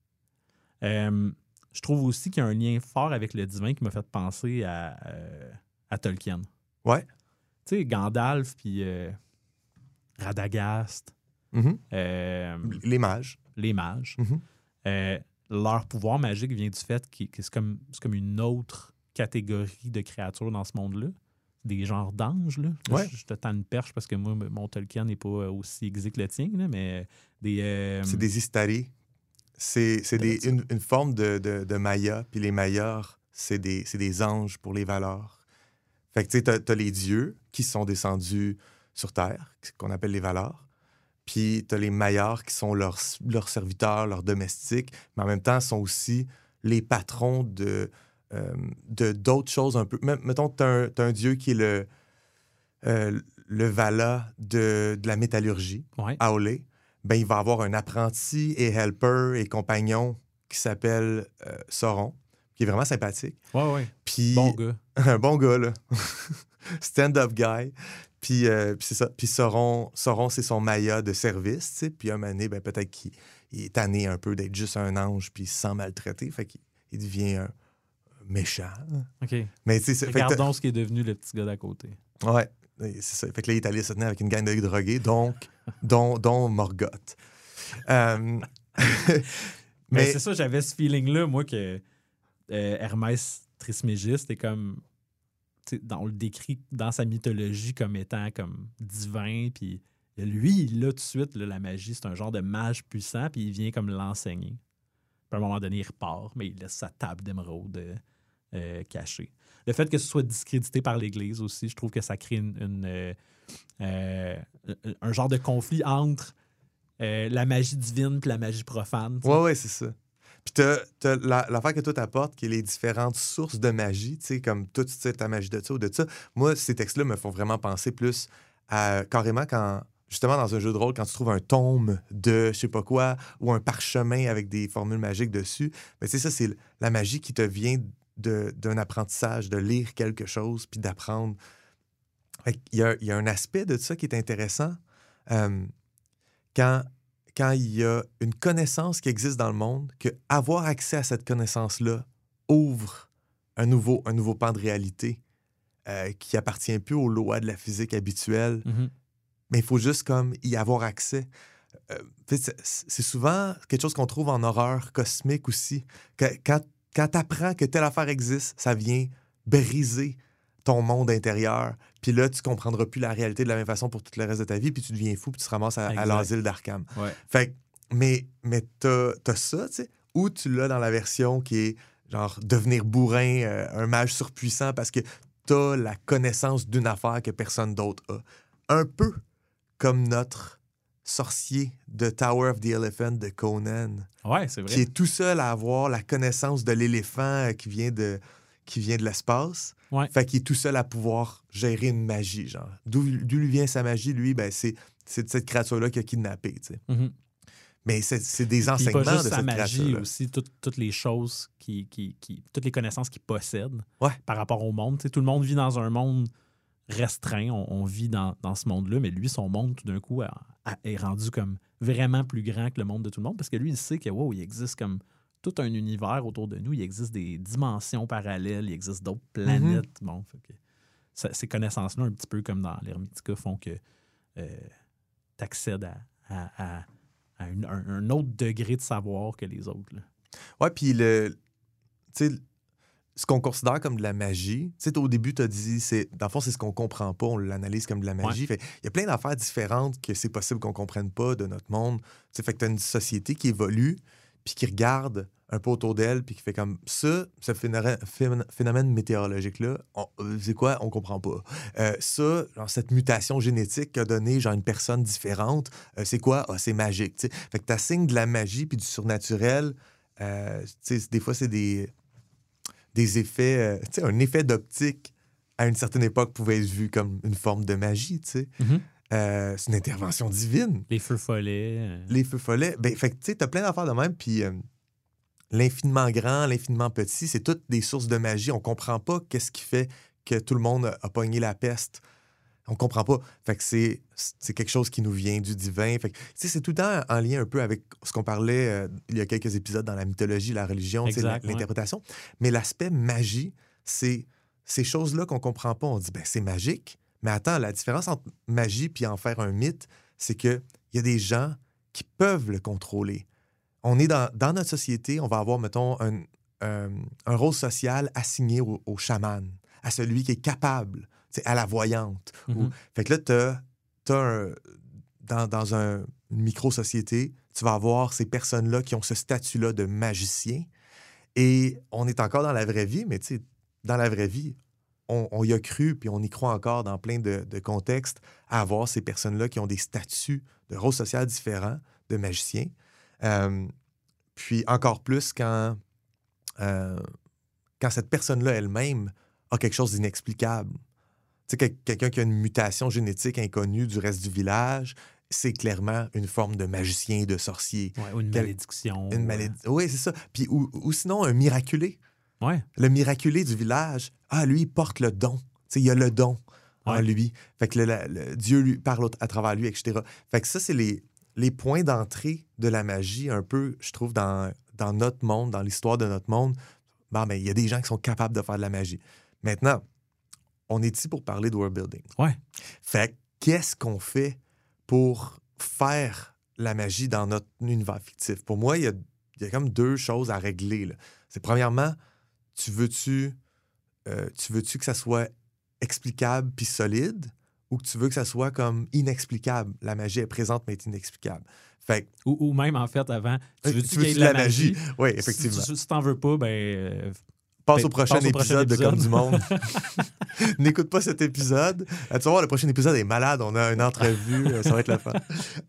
Euh, je trouve aussi qu'il y a un lien fort avec le divin qui m'a fait penser à, euh, à Tolkien. Ouais. Tu sais, Gandalf, puis euh, Radagast, Mhm. euh, Les mages. les mages. Mhm. Euh, leur pouvoir magique vient du fait que, que c'est, comme, c'est comme une autre catégorie de créatures dans ce monde-là. Des genres d'anges. Là. Là, Ouais. je, je te tends une perche parce que moi, mon Tolkien n'est pas aussi exé que le tien, là, mais des... euh, C'est des Istari. C'est, c'est des, une, une forme de, de, de Maya. Puis les Mayas, c'est des, c'est des anges pour les valeurs. Fait que tu sais, t'as, t'as les dieux qui sont descendus sur Terre, qu'on appelle les valeurs. Puis t'as les Mayars qui sont leurs, leurs serviteurs, leurs domestiques, mais en même temps sont aussi les patrons de, euh, de d'autres choses un peu. M- mettons, t'as un, t'as un dieu qui est le, euh, le Vala de, de la métallurgie, ouais. Aole. Ben, il va avoir un apprenti et helper et compagnon qui s'appelle euh, Sauron, qui est vraiment sympathique. Ouais, ouais. Puis Bon gars. un bon gars, là. Stand-up guy. Puis, euh, puis c'est ça. Puis Sauron, Sauron, c'est son Maya de service, tu sais. Puis un moment donné, ben, peut-être qu'il il est tanné un peu d'être juste un ange puis il se sent maltraité. Fait qu'il il devient un méchant. OK. Mais tu sais, c'est- fait que t'as- Regardons ce qui est devenu le petit gars d'à côté. ouais, c'est ça. Fait que là, il est allé se tenir avec une gang de drogués, donc, dont, dont Morgoth. Euh, Mais, mais c'est ça, j'avais ce feeling-là, moi, que euh, Hermès Trismégiste est comme... tu sais, on le décrit dans sa mythologie comme étant comme divin, puis lui, là, tout de suite, là, la magie, c'est un genre de mage puissant, puis il vient comme l'enseigner. Puis à un moment donné, il repart, mais il laisse sa table d'émeraude euh, euh, cachée. Le fait que ce soit discrédité par l'Église aussi, je trouve que ça crée une, une, euh, euh, un genre de conflit entre euh, la magie divine et la magie profane. tu sais. ouais, ouais, c'est ça. Puis t'as, t'as la- l'affaire que toi t'apportes, qui est les différentes sources de magie, tu sais, comme toi, tu sais, ta magie de ça ou de ça. Moi, ces textes-là me font vraiment penser plus à, carrément, quand, justement, dans un jeu de rôle, quand tu trouves un tome de je sais pas quoi, ou un parchemin avec des formules magiques dessus, ben, tu sais, ça, c'est la magie qui te vient de, d'un apprentissage, de lire quelque chose, puis d'apprendre. Fait qu'il y a, il y a un aspect de ça qui est intéressant. Euh, quand... quand il y a une connaissance qui existe dans le monde, que avoir accès à cette connaissance-là ouvre un nouveau, un nouveau pan de réalité euh, qui appartient plus aux lois de la physique habituelle, Mhm. mais il faut juste comme y avoir accès. Euh, tu sais, c'est, c'est souvent quelque chose qu'on trouve en horreur cosmique aussi. Que, quand quand tu apprends que telle affaire existe, ça vient briser ton monde intérieur. Puis là, tu comprendras plus la réalité de la même façon pour tout le reste de ta vie, puis tu deviens fou, puis tu te ramasses à, à Exact. l'asile d'Arkham. Ouais. Fait que, mais, mais t'as, t'as ça, tu sais, ou tu l'as dans la version qui est genre devenir bourrin, euh, un mage surpuissant parce que t'as la connaissance d'une affaire que personne d'autre a. Un peu comme notre sorcier de Tower of the Elephant de Conan, Ouais, c'est vrai. qui est tout seul à avoir la connaissance de l'éléphant euh, qui vient de, qui vient de l'espace. Ouais. Fait qu'il est tout seul à pouvoir gérer une magie, genre. D'où, d'où lui vient sa magie, lui, ben c'est, c'est de cette créature-là qui a kidnappé, tu sais. Mhm. Mais c'est, c'est des Puis enseignements pas de juste cette sa magie, créature-là. aussi, tout- toutes les choses, qui, qui, qui- toutes les connaissances qu'il possède Ouais. par rapport au monde. Tu sais, tout le monde vit dans un monde restreint, on, on vit dans, dans ce monde-là, mais lui, son monde, tout d'un coup, a- a- est rendu comme vraiment plus grand que le monde de tout le monde, parce que lui, il sait que, wow, il existe comme tout un univers autour de nous, il existe des dimensions parallèles, il existe d'autres planètes. Bon, fait que ça- ces connaissances-là, un petit peu comme dans l'Hermetica, font que tu accèdes à, à- à- à une- un, un autre degré de savoir que les autres. Là. Ouais, puis le, tu sais, ce qu'on considère comme de la magie, tu sais, au début, tu as dit, c'est, dans le fond, c'est ce qu'on comprend pas, on l'analyse comme de la magie. Fait, il y a plein d'affaires différentes que c'est possible qu'on comprenne pas de notre monde. Tu sais, fait que tu as une société qui évolue, puis qui regarde un peu autour d'elle, puis qui fait comme ça, ce phénomène, phénomène météorologique-là, on- c'est quoi? On comprend pas. Euh, ça, genre, cette mutation génétique a donné genre une personne différente, euh, c'est quoi? Ah, c'est magique. Tu sais. Fait que tu assignes de la magie puis du surnaturel. Euh, tu sais, des fois, c'est des, des effets, euh, tu sais, un effet d'optique à une certaine époque pouvait être vu comme une forme de magie, tu sais. Euh, c'est une intervention divine. Les feux follets. euh, Les feux follets. Ben, fait que, tu sais, t'as plein d'affaires de même, puis euh, l'infiniment grand, l'infiniment petit, c'est toutes des sources de magie. On comprend pas qu'est-ce qui fait que tout le monde a, a pogné la peste. On comprend pas. Fait que c'est, c'est quelque chose qui nous vient du divin. Fait que, tu sais, c'est tout le temps en lien un peu avec ce qu'on parlait euh, il y a quelques épisodes dans la mythologie, la religion, tu sais, Exact, l'interprétation. Ouais. Mais l'aspect magie, c'est ces choses-là qu'on comprend pas. On dit, ben c'est magique. Mais attends, la différence entre magie puis en faire un mythe, c'est qu'il y a des gens qui peuvent le contrôler. On est dans, dans notre société, on va avoir, mettons, un, un, un rôle social assigné au, au chaman, à celui qui est capable, à la voyante. Mm-hmm. Ou... Fait que là, t'as, t'as un, dans, dans un, une micro-société, tu vas avoir ces personnes-là qui ont ce statut-là de magicien. Et on est encore dans la vraie vie, mais tu sais, dans la vraie vie, on, on y a cru, puis on y croit encore dans plein de, de contextes, à avoir ces personnes-là qui ont des statuts de rôle social différents, de magiciens. Euh, puis encore plus quand, euh, quand cette personne-là elle-même a quelque chose d'inexplicable. Tu sais, quelqu'un qui a une mutation génétique inconnue du reste du village, c'est clairement une forme de magicien, de sorcier. Ouais, ou une Quel... malédiction. Une maléd... Oui, c'est ça. Puis, ou, ou sinon, un miraculé. Ouais. Le miraculé du village, ah, lui, il porte le don. Tu sais, il y a le don en ouais. lui. Fait que le, le, le, Dieu lui parle à travers lui, et cetera. Fait que ça, c'est les, les points d'entrée de la magie, un peu, je trouve, dans, dans notre monde, dans l'histoire de notre monde. Bon, ben, il y a des gens qui sont capables de faire de la magie. Maintenant, on est ici pour parler de world building. Ouais. Fait qu'est-ce qu'on fait pour faire la magie dans notre univers fictif? Pour moi, il y a, il y a comme deux choses à régler, là. C'est premièrement, tu veux-tu, euh, tu veux-tu que ça soit explicable puis solide, ou que tu veux que ça soit comme inexplicable? La magie est présente, mais est inexplicable. Fait que, ou, ou même, en fait, avant, tu veux-tu tu veux qu'il y ait de la, la magie? magie? Oui, effectivement. Si, si t'en veux pas, ben... Euh... Passe au prochain Passe au épisode, prochain de Comme du Monde. N'écoute pas cet épisode. Tu vas voir, le prochain épisode est malade. On a une entrevue. Ça va être la fin.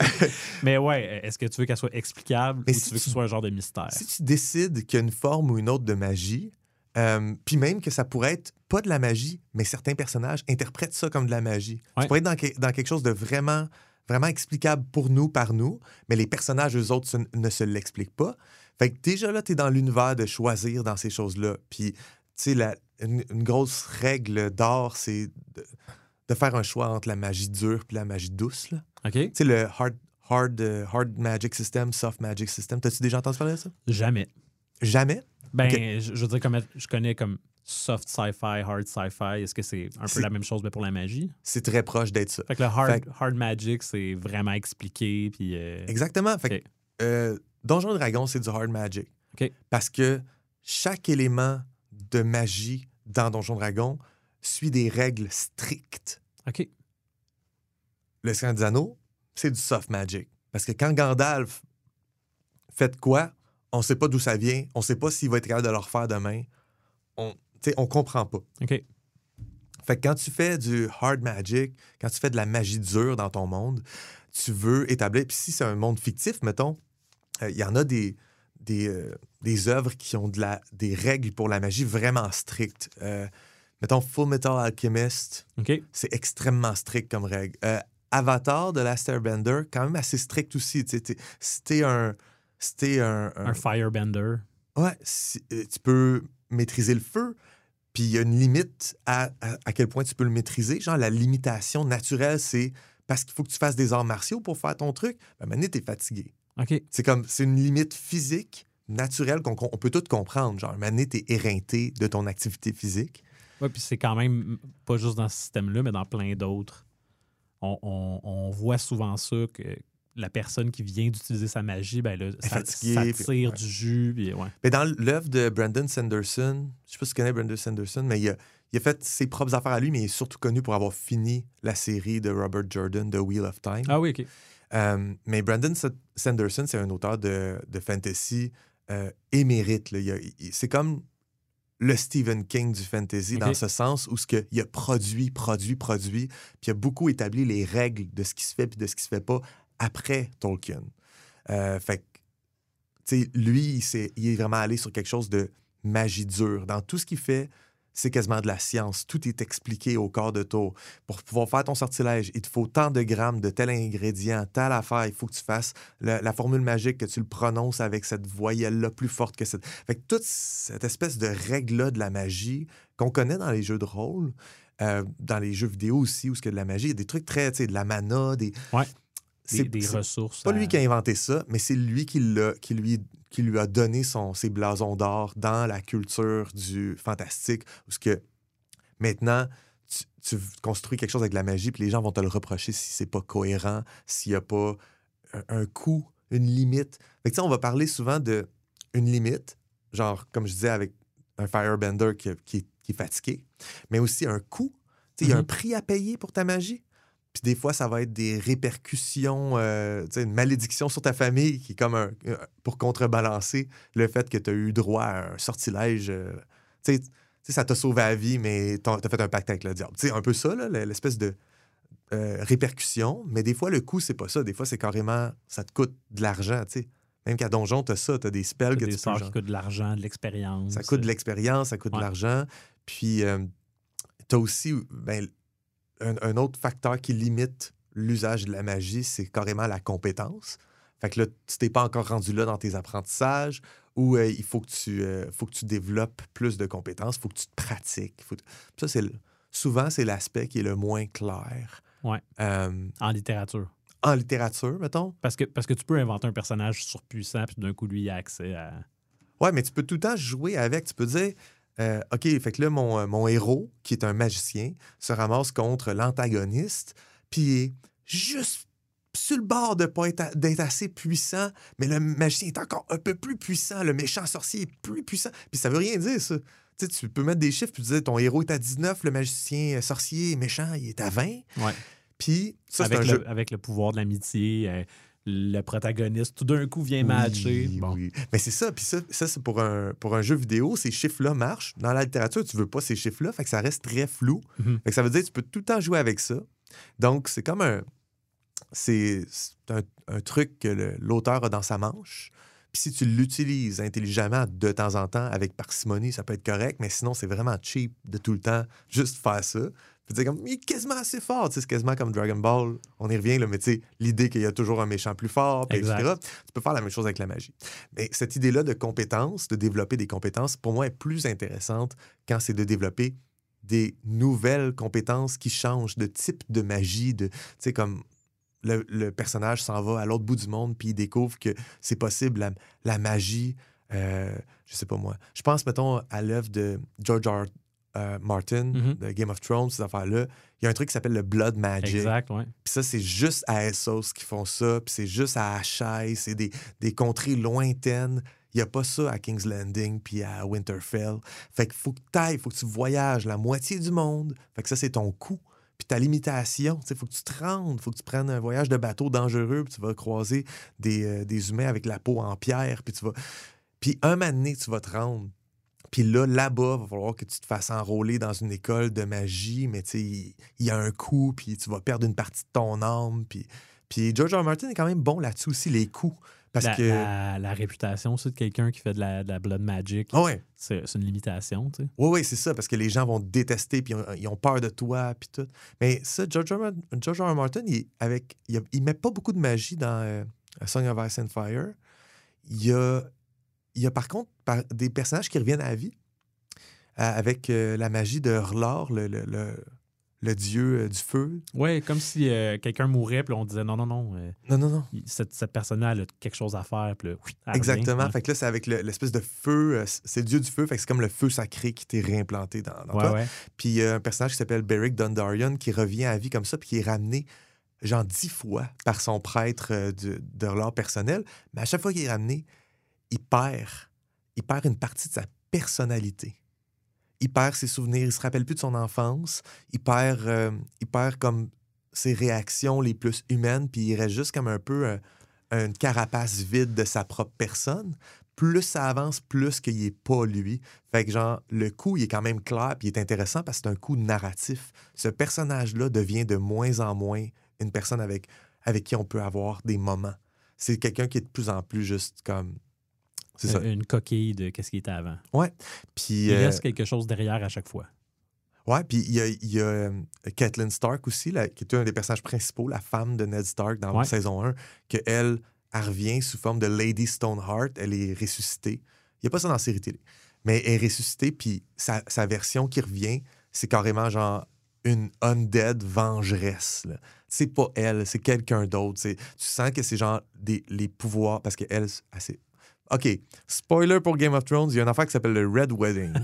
Mais ouais, est-ce que tu veux qu'elle soit explicable Mais ou si tu veux que ce soit un genre de mystère? Si tu décides qu'il y a une forme ou une autre de magie, euh, puis même que ça pourrait être pas de la magie, mais certains personnages interprètent ça comme de la magie. Ouais. Tu pourrais être dans, que, dans quelque chose de vraiment, vraiment explicable pour nous, par nous, mais les personnages, eux autres, se, ne se l'expliquent pas. Fait que déjà là, tu es dans l'univers de choisir dans ces choses-là. Puis, tu sais, la, une, une grosse règle d'art, c'est de, de faire un choix entre la magie dure et la magie douce. Là. OK. Tu sais, le hard, hard, uh, hard magic system, soft magic system. T'as-tu déjà entendu parler de ça? Jamais. Jamais? Ben, okay. je, je veux dire, comme je connais comme soft sci-fi, hard sci-fi. Est-ce que c'est un c'est, peu la même chose mais pour la magie? C'est très proche d'être ça. Fait que le hard, fait... hard magic, c'est vraiment expliqué. Puis, euh... Exactement. Fait okay. que, euh, Donjons et Dragons, c'est du hard magic. Okay. Parce que chaque élément de magie dans Donjons et Dragons suit des règles strictes. OK. Le Seigneur des Anneaux, c'est du soft magic. Parce que quand Gandalf fait de quoi, on ne sait pas d'où ça vient, on ne sait pas s'il va être capable de le refaire demain. On ne comprend pas. OK. Fait que quand tu fais du hard magic, quand tu fais de la magie dure dans ton monde, tu veux établir... Puis si c'est un monde fictif, mettons, il euh, y en a des... Des, euh, des œuvres qui ont de la, des règles pour la magie vraiment strictes. Euh, mettons, Full Metal Alchemist, okay. c'est extrêmement strict comme règle. Euh, Avatar de Last Airbender, quand même assez strict aussi. C'était un, c'était un, un... Un firebender. Ouais, si, euh, tu peux maîtriser le feu, puis il y a une limite à, à, à quel point tu peux le maîtriser. Genre, la limitation naturelle, c'est parce qu'il faut que tu fasses des arts martiaux pour faire ton truc. Ben, maintenant, t'es fatigué. Okay. C'est comme, c'est une limite physique, naturelle, qu'on on peut tout comprendre. Genre, maintenant, t'es éreinté de ton activité physique. Oui, puis c'est quand même pas juste dans ce système-là, mais dans plein d'autres. On, on, on voit souvent ça, que la personne qui vient d'utiliser sa magie, ben là, ça, fatiguée, ça tire puis, ouais. du jus. Puis, ouais. Mais dans l'œuvre de Brandon Sanderson, je sais pas si tu connais Brandon Sanderson, mais il a, il a fait ses propres affaires à lui, mais il est surtout connu pour avoir fini la série de Robert Jordan, The Wheel of Time. Ah oui, OK. Euh, mais Brandon Sanderson, c'est un auteur de, de fantasy euh, émérite. Là. Il a, il, c'est comme le Stephen King du fantasy, okay. dans ce sens où ce que, il a produit, produit, produit, puis il a beaucoup établi les règles de ce qui se fait puis de ce qui se fait pas après Tolkien. Euh, fait que, tu sais, lui, il, il est vraiment allé sur quelque chose de magie dure. Dans tout ce qu'il fait, c'est quasiment de la science. Tout est expliqué au quart de tour. Pour pouvoir faire ton sortilège, il te faut tant de grammes de tel ingrédient, telle affaire. Il faut que tu fasses le, la formule magique, que tu le prononces avec cette voyelle-là plus forte que cette... Fait que toute cette espèce de règle-là de la magie qu'on connaît dans les jeux de rôle, euh, dans les jeux vidéo aussi, où il y a de la magie, il y a des trucs très, tu sais, de la mana, des... Ouais. C'est, des, des c'est ressources. pas à... lui qui a inventé ça, mais c'est lui qui, l'a, qui, lui, qui lui a donné son, ses blasons d'or dans la culture du fantastique, où ce que maintenant, tu, tu construis quelque chose avec de la magie, puis les gens vont te le reprocher si c'est pas cohérent, s'il n'y a pas un, un coût, une limite. Fait que, tu sais, on va parler souvent de une limite, genre, comme je disais, avec un firebender qui, qui, qui est fatigué, mais aussi un coût. Tu sais, il y a un prix à payer pour ta magie. Puis des fois, ça va être des répercussions, euh, une malédiction sur ta famille qui est comme un, pour contrebalancer le fait que tu as eu droit à un sortilège. Euh, tu sais, ça t'a sauvé la vie, mais tu as fait un pacte avec le diable. Tu sais, un peu ça, là, l'espèce de euh, répercussion. Mais des fois, le coût, c'est pas ça. Des fois, c'est carrément, ça te coûte de l'argent, tu sais. Même qu'à Donjon, tu as ça, tu as des spells que des tu sorts peux... qui genre, coûtent de l'argent, de l'expérience. Ça coûte de l'expérience, ça coûte ouais. de l'argent. Puis, euh, tu as aussi... Ben, Un, un autre facteur qui limite l'usage de la magie, c'est carrément la compétence. Fait que là, tu t'es pas encore rendu là dans tes apprentissages où euh, il faut que, tu, euh, faut que tu développes plus de compétences, il faut que tu te pratiques. Faut te... Ça, c'est le... Souvent, c'est l'aspect qui est le moins clair. Ouais. Euh... En littérature. En littérature, mettons. Parce que, parce que tu peux inventer un personnage surpuissant, puis d'un coup, lui, il a accès à... Ouais, mais tu peux tout le temps jouer avec. Tu peux dire... Euh, OK, fait que là, mon, mon héros, qui est un magicien, se ramasse contre l'antagoniste, puis il est juste sur le bord de pas être, d'être assez puissant, mais le magicien est encore un peu plus puissant, le méchant sorcier est plus puissant. Puis ça veut rien dire, ça. Tu sais, tu peux mettre des chiffres, puis tu dis, ton héros est à dix-neuf, le magicien sorcier méchant, il est à vingt. Ouais. Puis ça, avec, c'est un le, jeu... avec le pouvoir de l'amitié... Euh... le protagoniste, tout d'un coup, vient matcher. Oui, bon. oui. Mais c'est ça. Puis ça, ça c'est pour un, pour un jeu vidéo, ces chiffres-là marchent. Dans la littérature, tu veux pas ces chiffres-là, fait que ça reste très flou. Mm-hmm. Fait que ça veut dire que tu peux tout le temps jouer avec ça. Donc, c'est comme un... C'est, c'est un, un truc que le, l'auteur a dans sa manche. Puis si tu l'utilises intelligemment de temps en temps, avec parcimonie, ça peut être correct, mais sinon, c'est vraiment cheap de tout le temps juste faire ça. Puis tu comme, il est quasiment assez fort. C'est quasiment comme Dragon Ball. On y revient, là, mais tu sais, l'idée qu'il y a toujours un méchant plus fort, puis et cetera. Tu peux faire la même chose avec la magie. Mais cette idée-là de compétences, de développer des compétences, pour moi, est plus intéressante quand c'est de développer des nouvelles compétences qui changent de type de magie, de, tu sais, comme le, le personnage s'en va à l'autre bout du monde, puis il découvre que c'est possible, la, la magie, euh, je sais pas moi. Je pense, mettons, à l'œuvre de George R. Uh, Martin, mm-hmm. de Game of Thrones, ces affaires-là, il y a un truc qui s'appelle le Blood Magic. Exact, oui. Puis ça, c'est juste à Essos qui font ça, puis c'est juste à Ashai, c'est des, des contrées lointaines. Il n'y a pas ça à King's Landing puis à Winterfell. Fait qu'il faut que tu ailles, il faut que tu voyages la moitié du monde. Fait que ça, c'est ton coût. Puis ta limitation, il faut que tu te rendes, il faut que tu prennes un voyage de bateau dangereux, puis tu vas croiser des, euh, des humains avec la peau en pierre, puis tu vas... Puis un moment donné, tu vas te rendre. Puis là, là-bas, il va falloir que tu te fasses enrôler dans une école de magie, mais tu sais, il, il y a un coup, puis tu vas perdre une partie de ton âme. Puis, puis George R. R. Martin est quand même bon là-dessus aussi, les coups. Parce la, que... la, la réputation aussi de quelqu'un qui fait de la, de la blood magic, oh ouais. c'est, c'est une limitation, tu sais. Oui, oui, c'est ça, parce que les gens vont te détester, puis ils ont peur de toi, puis tout. Mais ça, George R. George R. R. Martin, il, avec, il, a, il met pas beaucoup de magie dans euh, A Song of Ice and Fire. Il y a... Il y a par contre par des personnages qui reviennent à la vie euh, avec euh, la magie de Hrlor, le, le, le, le dieu euh, du feu. Oui, comme si euh, quelqu'un mourait, puis on disait non, non, non. Euh, non, non, non. Cette, cette personne-là, elle a quelque chose à faire. Puis là, oui, exactement. Revient, fait que là, c'est avec le, l'espèce de feu. Euh, c'est le dieu du feu. Fait que c'est comme le feu sacré qui t'est réimplanté dans, dans ouais, toi. Ouais. Puis il y a un personnage qui s'appelle Beric Dondarrion qui revient à la vie comme ça, puis qui est ramené genre dix fois par son prêtre euh, de, de Hrlor personnel. Mais à chaque fois qu'il est ramené, il perd. Il perd une partie de sa personnalité. Il perd ses souvenirs, il se rappelle plus de son enfance. Il perd, euh, il perd comme ses réactions les plus humaines, puis il reste juste comme un peu euh, une carapace vide de sa propre personne. Plus ça avance, plus qu'il n'est pas lui. Fait que genre, le coup, il est quand même clair, puis il est intéressant parce que c'est un coup narratif. Ce personnage-là devient de moins en moins une personne avec, avec qui on peut avoir des moments. C'est quelqu'un qui est de plus en plus juste comme... C'est ça. une coquille de qu'est-ce qui était avant. Ouais. Puis, Il euh, reste quelque chose derrière à chaque fois. ouais, puis il y a, il y a euh, Catelyn Stark aussi, là, qui est un des personnages principaux, la femme de Ned Stark dans Ouais. saison un, qu'elle, elle revient sous forme de Lady Stoneheart. Elle est ressuscitée. Il n'y a pas ça dans la série télé. Mais elle est ressuscitée, puis sa, sa version qui revient, c'est carrément genre une undead vengeresse. Là. C'est pas elle, c'est quelqu'un d'autre. C'est, tu sens que c'est genre des, les pouvoirs, parce qu'elle, elle, c'est... OK, spoiler pour Game of Thrones, il y a une affaire qui s'appelle le Red Wedding.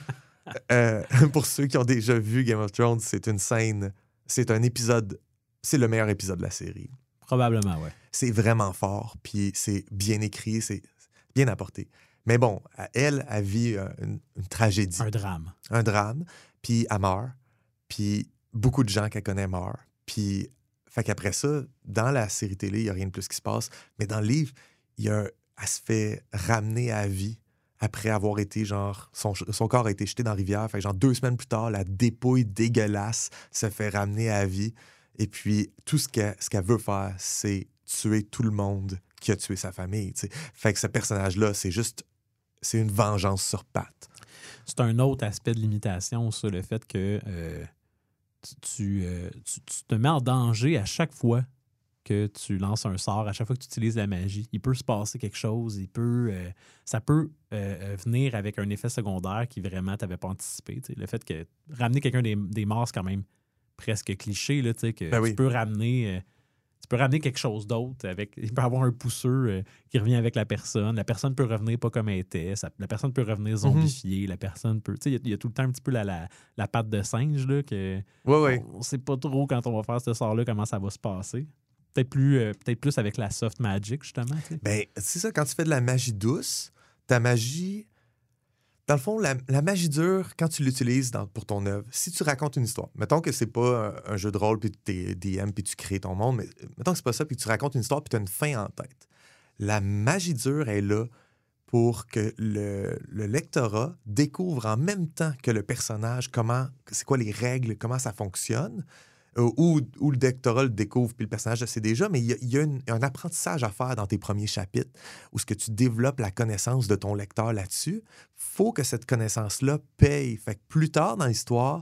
euh, pour ceux qui ont déjà vu Game of Thrones, c'est une scène, c'est un épisode, c'est le meilleur épisode de la série. Probablement, ouais. C'est vraiment fort, puis c'est bien écrit, c'est bien apporté. Mais bon, elle, elle vit euh, une, une tragédie. Un drame. Un drame, puis elle meurt, puis beaucoup de gens qu'elle connaît meurent. Puis, fait qu'après ça, dans la série télé, il n'y a rien de plus qui se passe, mais dans le livre, il y a un, elle se fait ramener à vie après avoir été, genre, son, son corps a été jeté dans la rivière. Fait que, genre, deux semaines plus tard, la dépouille dégueulasse se fait ramener à vie. Et puis, tout ce qu'elle, ce qu'elle veut faire, c'est tuer tout le monde qui a tué sa famille, tu sais. Fait que ce personnage-là, c'est juste... C'est une vengeance sur pattes. C'est un autre aspect de l'imitation, ça, le fait que euh, tu, tu, euh, tu, tu te mets en danger à chaque fois que tu lances un sort, à chaque fois que tu utilises la magie. Il peut se passer quelque chose, il peut, euh, ça peut euh, venir avec un effet secondaire qui vraiment t'avais pas anticipé. T'sais. Le fait que ramener quelqu'un des, des morts, c'est quand même presque cliché, là, que Ben tu oui. peux ramener... Euh, Tu peux ramener quelque chose d'autre. Avec, il peut y avoir un pousseux euh, qui revient avec la personne. La personne peut revenir pas comme elle était. Ça, la personne peut revenir zombifiée. Mm-hmm. La personne peut... Il y, y a tout le temps un petit peu la, la, la patte de singe. Là, que ouais, ouais. On ne sait pas trop quand on va faire ce sort-là comment ça va se passer. Peut-être plus, euh, peut-être plus avec la soft magic, justement. T'sais. Ben, c'est ça. Quand tu fais de la magie douce, ta magie... Dans le fond, la, la magie dure, quand tu l'utilises dans, pour ton œuvre, si tu racontes une histoire, mettons que c'est pas un, un jeu de rôle, puis tu es D M, puis tu crées ton monde, mais mettons que c'est pas ça, puis tu racontes une histoire, puis tu as une fin en tête. La magie dure est là pour que le, le lectorat découvre en même temps que le personnage comment, c'est quoi les règles, comment ça fonctionne, euh, ou, ou le lectorat le découvre, puis le personnage le sait déjà, mais il y a, il y a une, un apprentissage à faire dans tes premiers chapitres où ce que tu développes la connaissance de ton lecteur là-dessus. Faut que cette connaissance-là paye. Fait que plus tard dans l'histoire,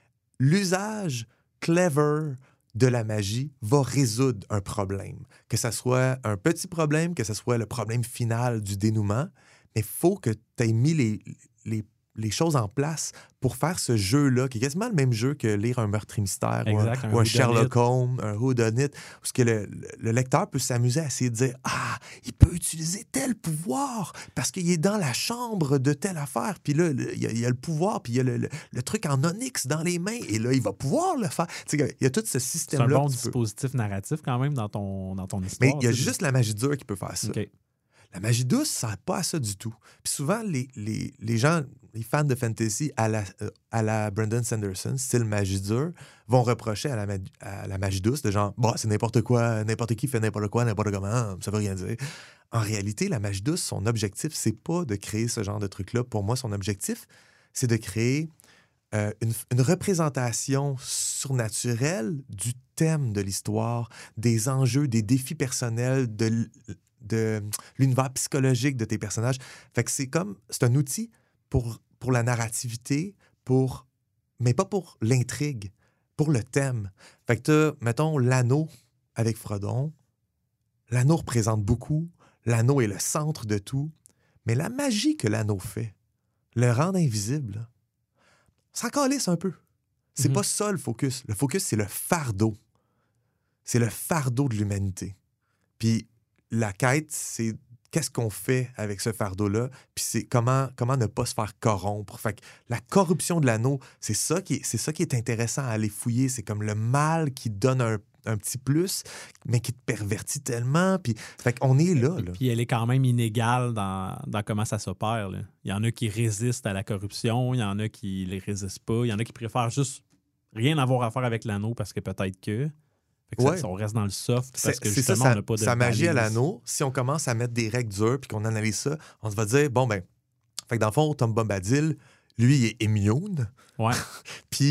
l'usage clever de la magie va résoudre un problème. Que ce soit un petit problème, que ce soit le problème final du dénouement, mais il faut que tu aies mis les, les, les choses en place pour faire ce jeu-là, qui est quasiment le même jeu que lire un meurtre et mystère exact, ou un, un, ou un Sherlock whodunit. Holmes, un whodunit, où ce que le, le lecteur peut s'amuser à essayer de dire « Ah, il peut utiliser tel pouvoir parce qu'il est dans la chambre de telle affaire. Puis là, il y, y a le pouvoir, puis il y a le, le, le truc en onyx dans les mains. Et là, il va pouvoir le faire. » Tu sais, il y a tout ce C'est système-là. un bon que tu peux- dispositif narratif quand même dans ton, dans ton histoire. Mais il y a t'sais. juste la magie dure qui peut faire ça. OK. La magie douce, ça sert pas à ça du tout. Puis souvent, les, les, les gens, les fans de fantasy à la, euh, à la Brandon Sanderson, style magie dure, vont reprocher à la, ma- à la magie douce de genre, bah, c'est n'importe quoi, n'importe qui fait n'importe quoi, n'importe comment, ça veut rien dire. En réalité, la magie douce, son objectif, c'est pas de créer ce genre de truc-là. Pour moi, son objectif, c'est de créer euh, une, une représentation surnaturelle du thème de l'histoire, des enjeux, des défis personnels, de l- de l'univers psychologique de tes personnages. Fait que c'est comme... C'est un outil pour, pour la narrativité, pour mais pas pour l'intrigue, pour le thème. Fait que t'as, mettons, l'anneau avec Frodon. L'anneau représente beaucoup. L'anneau est le centre de tout. Mais la magie que l'anneau fait, le rendre invisible, là, ça en calisse un peu. C'est Mhm. pas ça le focus. Le focus, c'est le fardeau. C'est le fardeau de l'humanité. Puis la quête, c'est qu'est-ce qu'on fait avec ce fardeau-là, puis c'est comment, comment ne pas se faire corrompre. Fait que la corruption de l'anneau, c'est ça qui est, c'est ça qui est intéressant à aller fouiller. C'est comme le mal qui donne un, un petit plus, mais qui te pervertit tellement. Puis, fait qu'on est là, là. Puis elle est quand même inégale dans, dans comment ça s'opère. Là. Il y en a qui résistent à la corruption, il y en a qui les résistent pas, il y en a qui préfèrent juste rien avoir à faire avec l'anneau parce que peut-être que... Fait que Ouais. ça, on reste dans le soft parce C'est, que c'est ça, justement, sa, on n'a pas de sa magie à balise. l'anneau. Si on commence à mettre des règles dures puis qu'on analyse ça, on se va dire, bon, ben, fait que dans le fond, Tom Bombadil, lui, il est immune. Ouais. Puis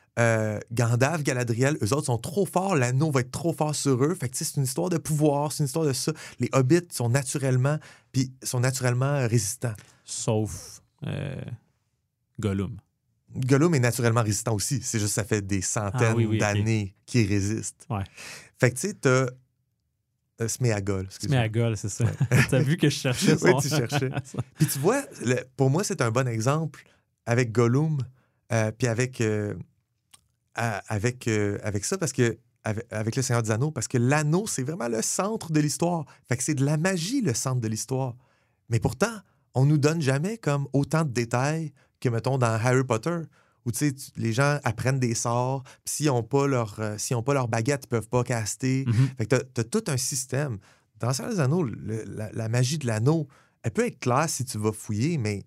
Euh, Gandalf, Galadriel, eux autres sont trop forts, l'anneau va être trop fort sur eux. Fait que c'est une histoire de pouvoir, c'est une histoire de ça. Les hobbits sont naturellement, puis sont naturellement résistants. Sauf euh, Gollum. Gollum est naturellement résistant aussi. C'est juste que ça fait des centaines Ah, oui, oui, d'années okay. qu'il résiste. Ouais. Fait que tu sais, t'as euh, Sméagol. Sméagol, c'est ça. Ouais. T'as vu que je cherchais ça. Oui, tu cherchais. Puis tu vois, le, pour moi, c'est un bon exemple avec Gollum, euh, puis avec... Euh, Avec, euh, avec ça, parce que avec, avec le Seigneur des Anneaux, parce que l'anneau, c'est vraiment le centre de l'histoire. Fait que c'est de la magie, le centre de l'histoire. Mais pourtant, on nous donne jamais comme autant de détails que, mettons, dans Harry Potter, où, tu sais, les gens apprennent des sorts, puis s'ils n'ont pas leur, euh, s'ils ont pas leur baguette, ils peuvent pas caster. Mm-hmm. Fait que t'as, t'as tout un système. Dans le Seigneur des Anneaux, le, la, la magie de l'anneau, elle peut être claire si tu vas fouiller, mais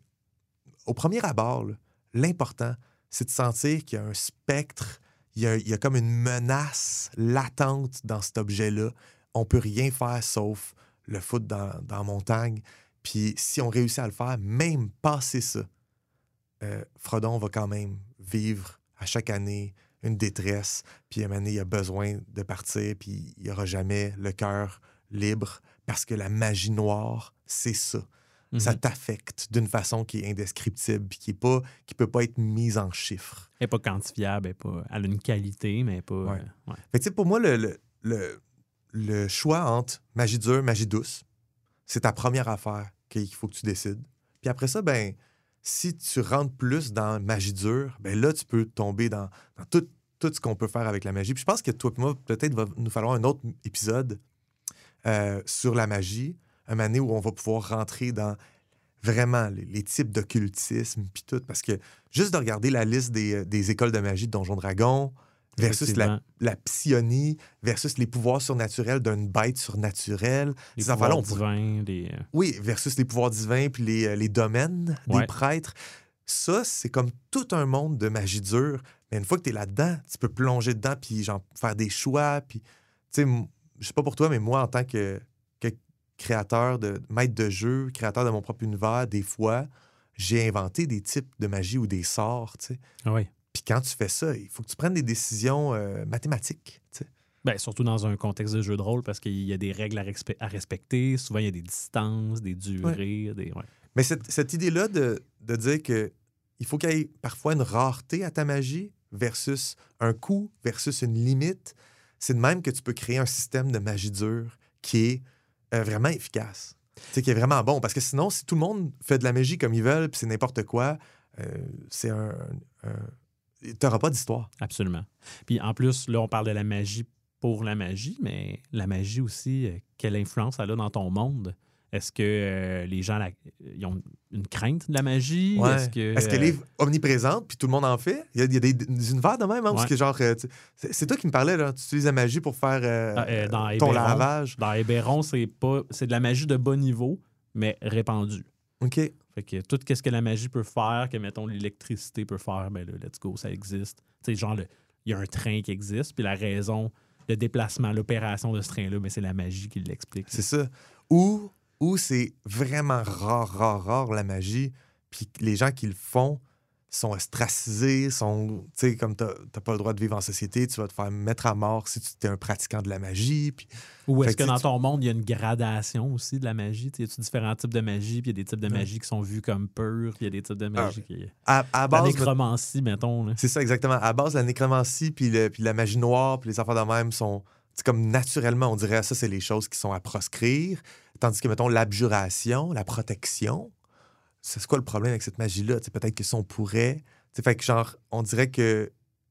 au premier abord, là, l'important, c'est de sentir qu'il y a un spectre, il y a, il y a comme une menace latente dans cet objet-là. On peut rien faire sauf le foutre dans, dans la montagne. Puis si on réussit à le faire, même passer ça, euh, Frodon va quand même vivre à chaque année une détresse. Puis à un moment donné, il a besoin de partir, puis il n'y aura jamais le cœur libre parce que la magie noire, c'est ça. Mm-hmm. Ça t'affecte d'une façon qui est indescriptible puis qui est pas, qui peut pas être mise en chiffres. Elle n'est pas quantifiable, elle, est pas, elle a une qualité, mais pas... Ouais. Euh, ouais. Fait que, tu sais, pour moi, le, le, le, le choix entre magie dure, magie douce, c'est ta première affaire qu'il faut que tu décides. Puis après ça, ben, si tu rentres plus dans magie dure, ben là, tu peux tomber dans, dans tout, tout ce qu'on peut faire avec la magie. Puis je pense que toi et moi, peut-être va nous falloir un autre épisode euh, sur la magie, une année où on va pouvoir rentrer dans vraiment les, les types d'occultisme puis tout. Parce que juste de regarder la liste des, des écoles de magie de Donjon Dragon versus la, la psionie versus les pouvoirs surnaturels d'une bête surnaturelle. Les ces pouvoirs on divins. Les... Oui, versus les pouvoirs divins puis les, les domaines ouais. des prêtres. Ça, c'est comme tout un monde de magie dure. Mais une fois que tu es là-dedans, tu peux plonger dedans puis genre faire des choix. Puis, tu sais, je sais pas pour toi, mais moi, en tant que créateur, de maître de jeu, créateur de mon propre univers, des fois, j'ai inventé des types de magie ou des sorts, tu sais. Ah oui. Puis quand tu fais ça, il faut que tu prennes des décisions euh, mathématiques, tu sais. Bien, surtout dans un contexte de jeu de rôle, parce qu'il y a des règles à, respe- à respecter. Souvent, il y a des distances, des durées. Ouais. Des... Ouais. Mais cette, cette idée-là de, de dire que il faut qu'il y ait parfois une rareté à ta magie versus un coût, versus une limite, c'est de même que tu peux créer un système de magie dure qui est Euh, vraiment efficace. Tu sais, qui est vraiment bon. Parce que sinon, si tout le monde fait de la magie comme ils veulent, puis c'est n'importe quoi, euh, c'est un... un... t'auras pas d'histoire. Absolument. Puis en plus, là, on parle de la magie pour la magie, mais la magie aussi, euh, quelle influence elle a dans ton monde? Est-ce que euh, les gens la... ils ont une crainte de la magie? Ouais. Est-ce, que, Est-ce qu'elle est omniprésente, puis tout le monde en fait? Il y a, il y a des, des univers de même, hein, ouais. Parce que genre... Euh, c'est, c'est toi qui me parlais, là. Tu utilises la magie pour faire euh, ah, euh, dans ton Héberon, lavage. Dans Héberon, c'est, pas, c'est de la magie de bas niveau, mais répandue. OK. Fait que tout ce que la magie peut faire, que, mettons, l'électricité peut faire, ben là, let's go, ça existe. Tu sais, genre, il y a un train qui existe, puis la raison, le déplacement, l'opération de ce train-là, ben, c'est la magie qui l'explique. C'est ça. Ou... Ou c'est vraiment rare, rare, rare, la magie, puis les gens qui le font sont ostracisés, sont, tu sais, comme t'as, t'as pas le droit de vivre en société, tu vas te faire mettre à mort si tu es un pratiquant de la magie. Puis... Ou est-ce que, que dans tu... ton monde, il y a une gradation aussi de la magie? Il y a différents types de magie, puis il y a des types de magie ouais. qui sont vus comme pures, puis il y a des types de magie ah, qui... À, à base la nécromancie, de... mettons. Là. C'est ça, exactement. À base, la nécromancie, puis, le, puis la magie noire, puis les affaires de même sont... C'est comme naturellement, on dirait, ça, c'est les choses qui sont à proscrire. Tandis que, mettons, l'abjuration, la protection, c'est quoi le problème avec cette magie-là? T'sais, peut-être que si on pourrait... T'sais, fait que, genre, on dirait que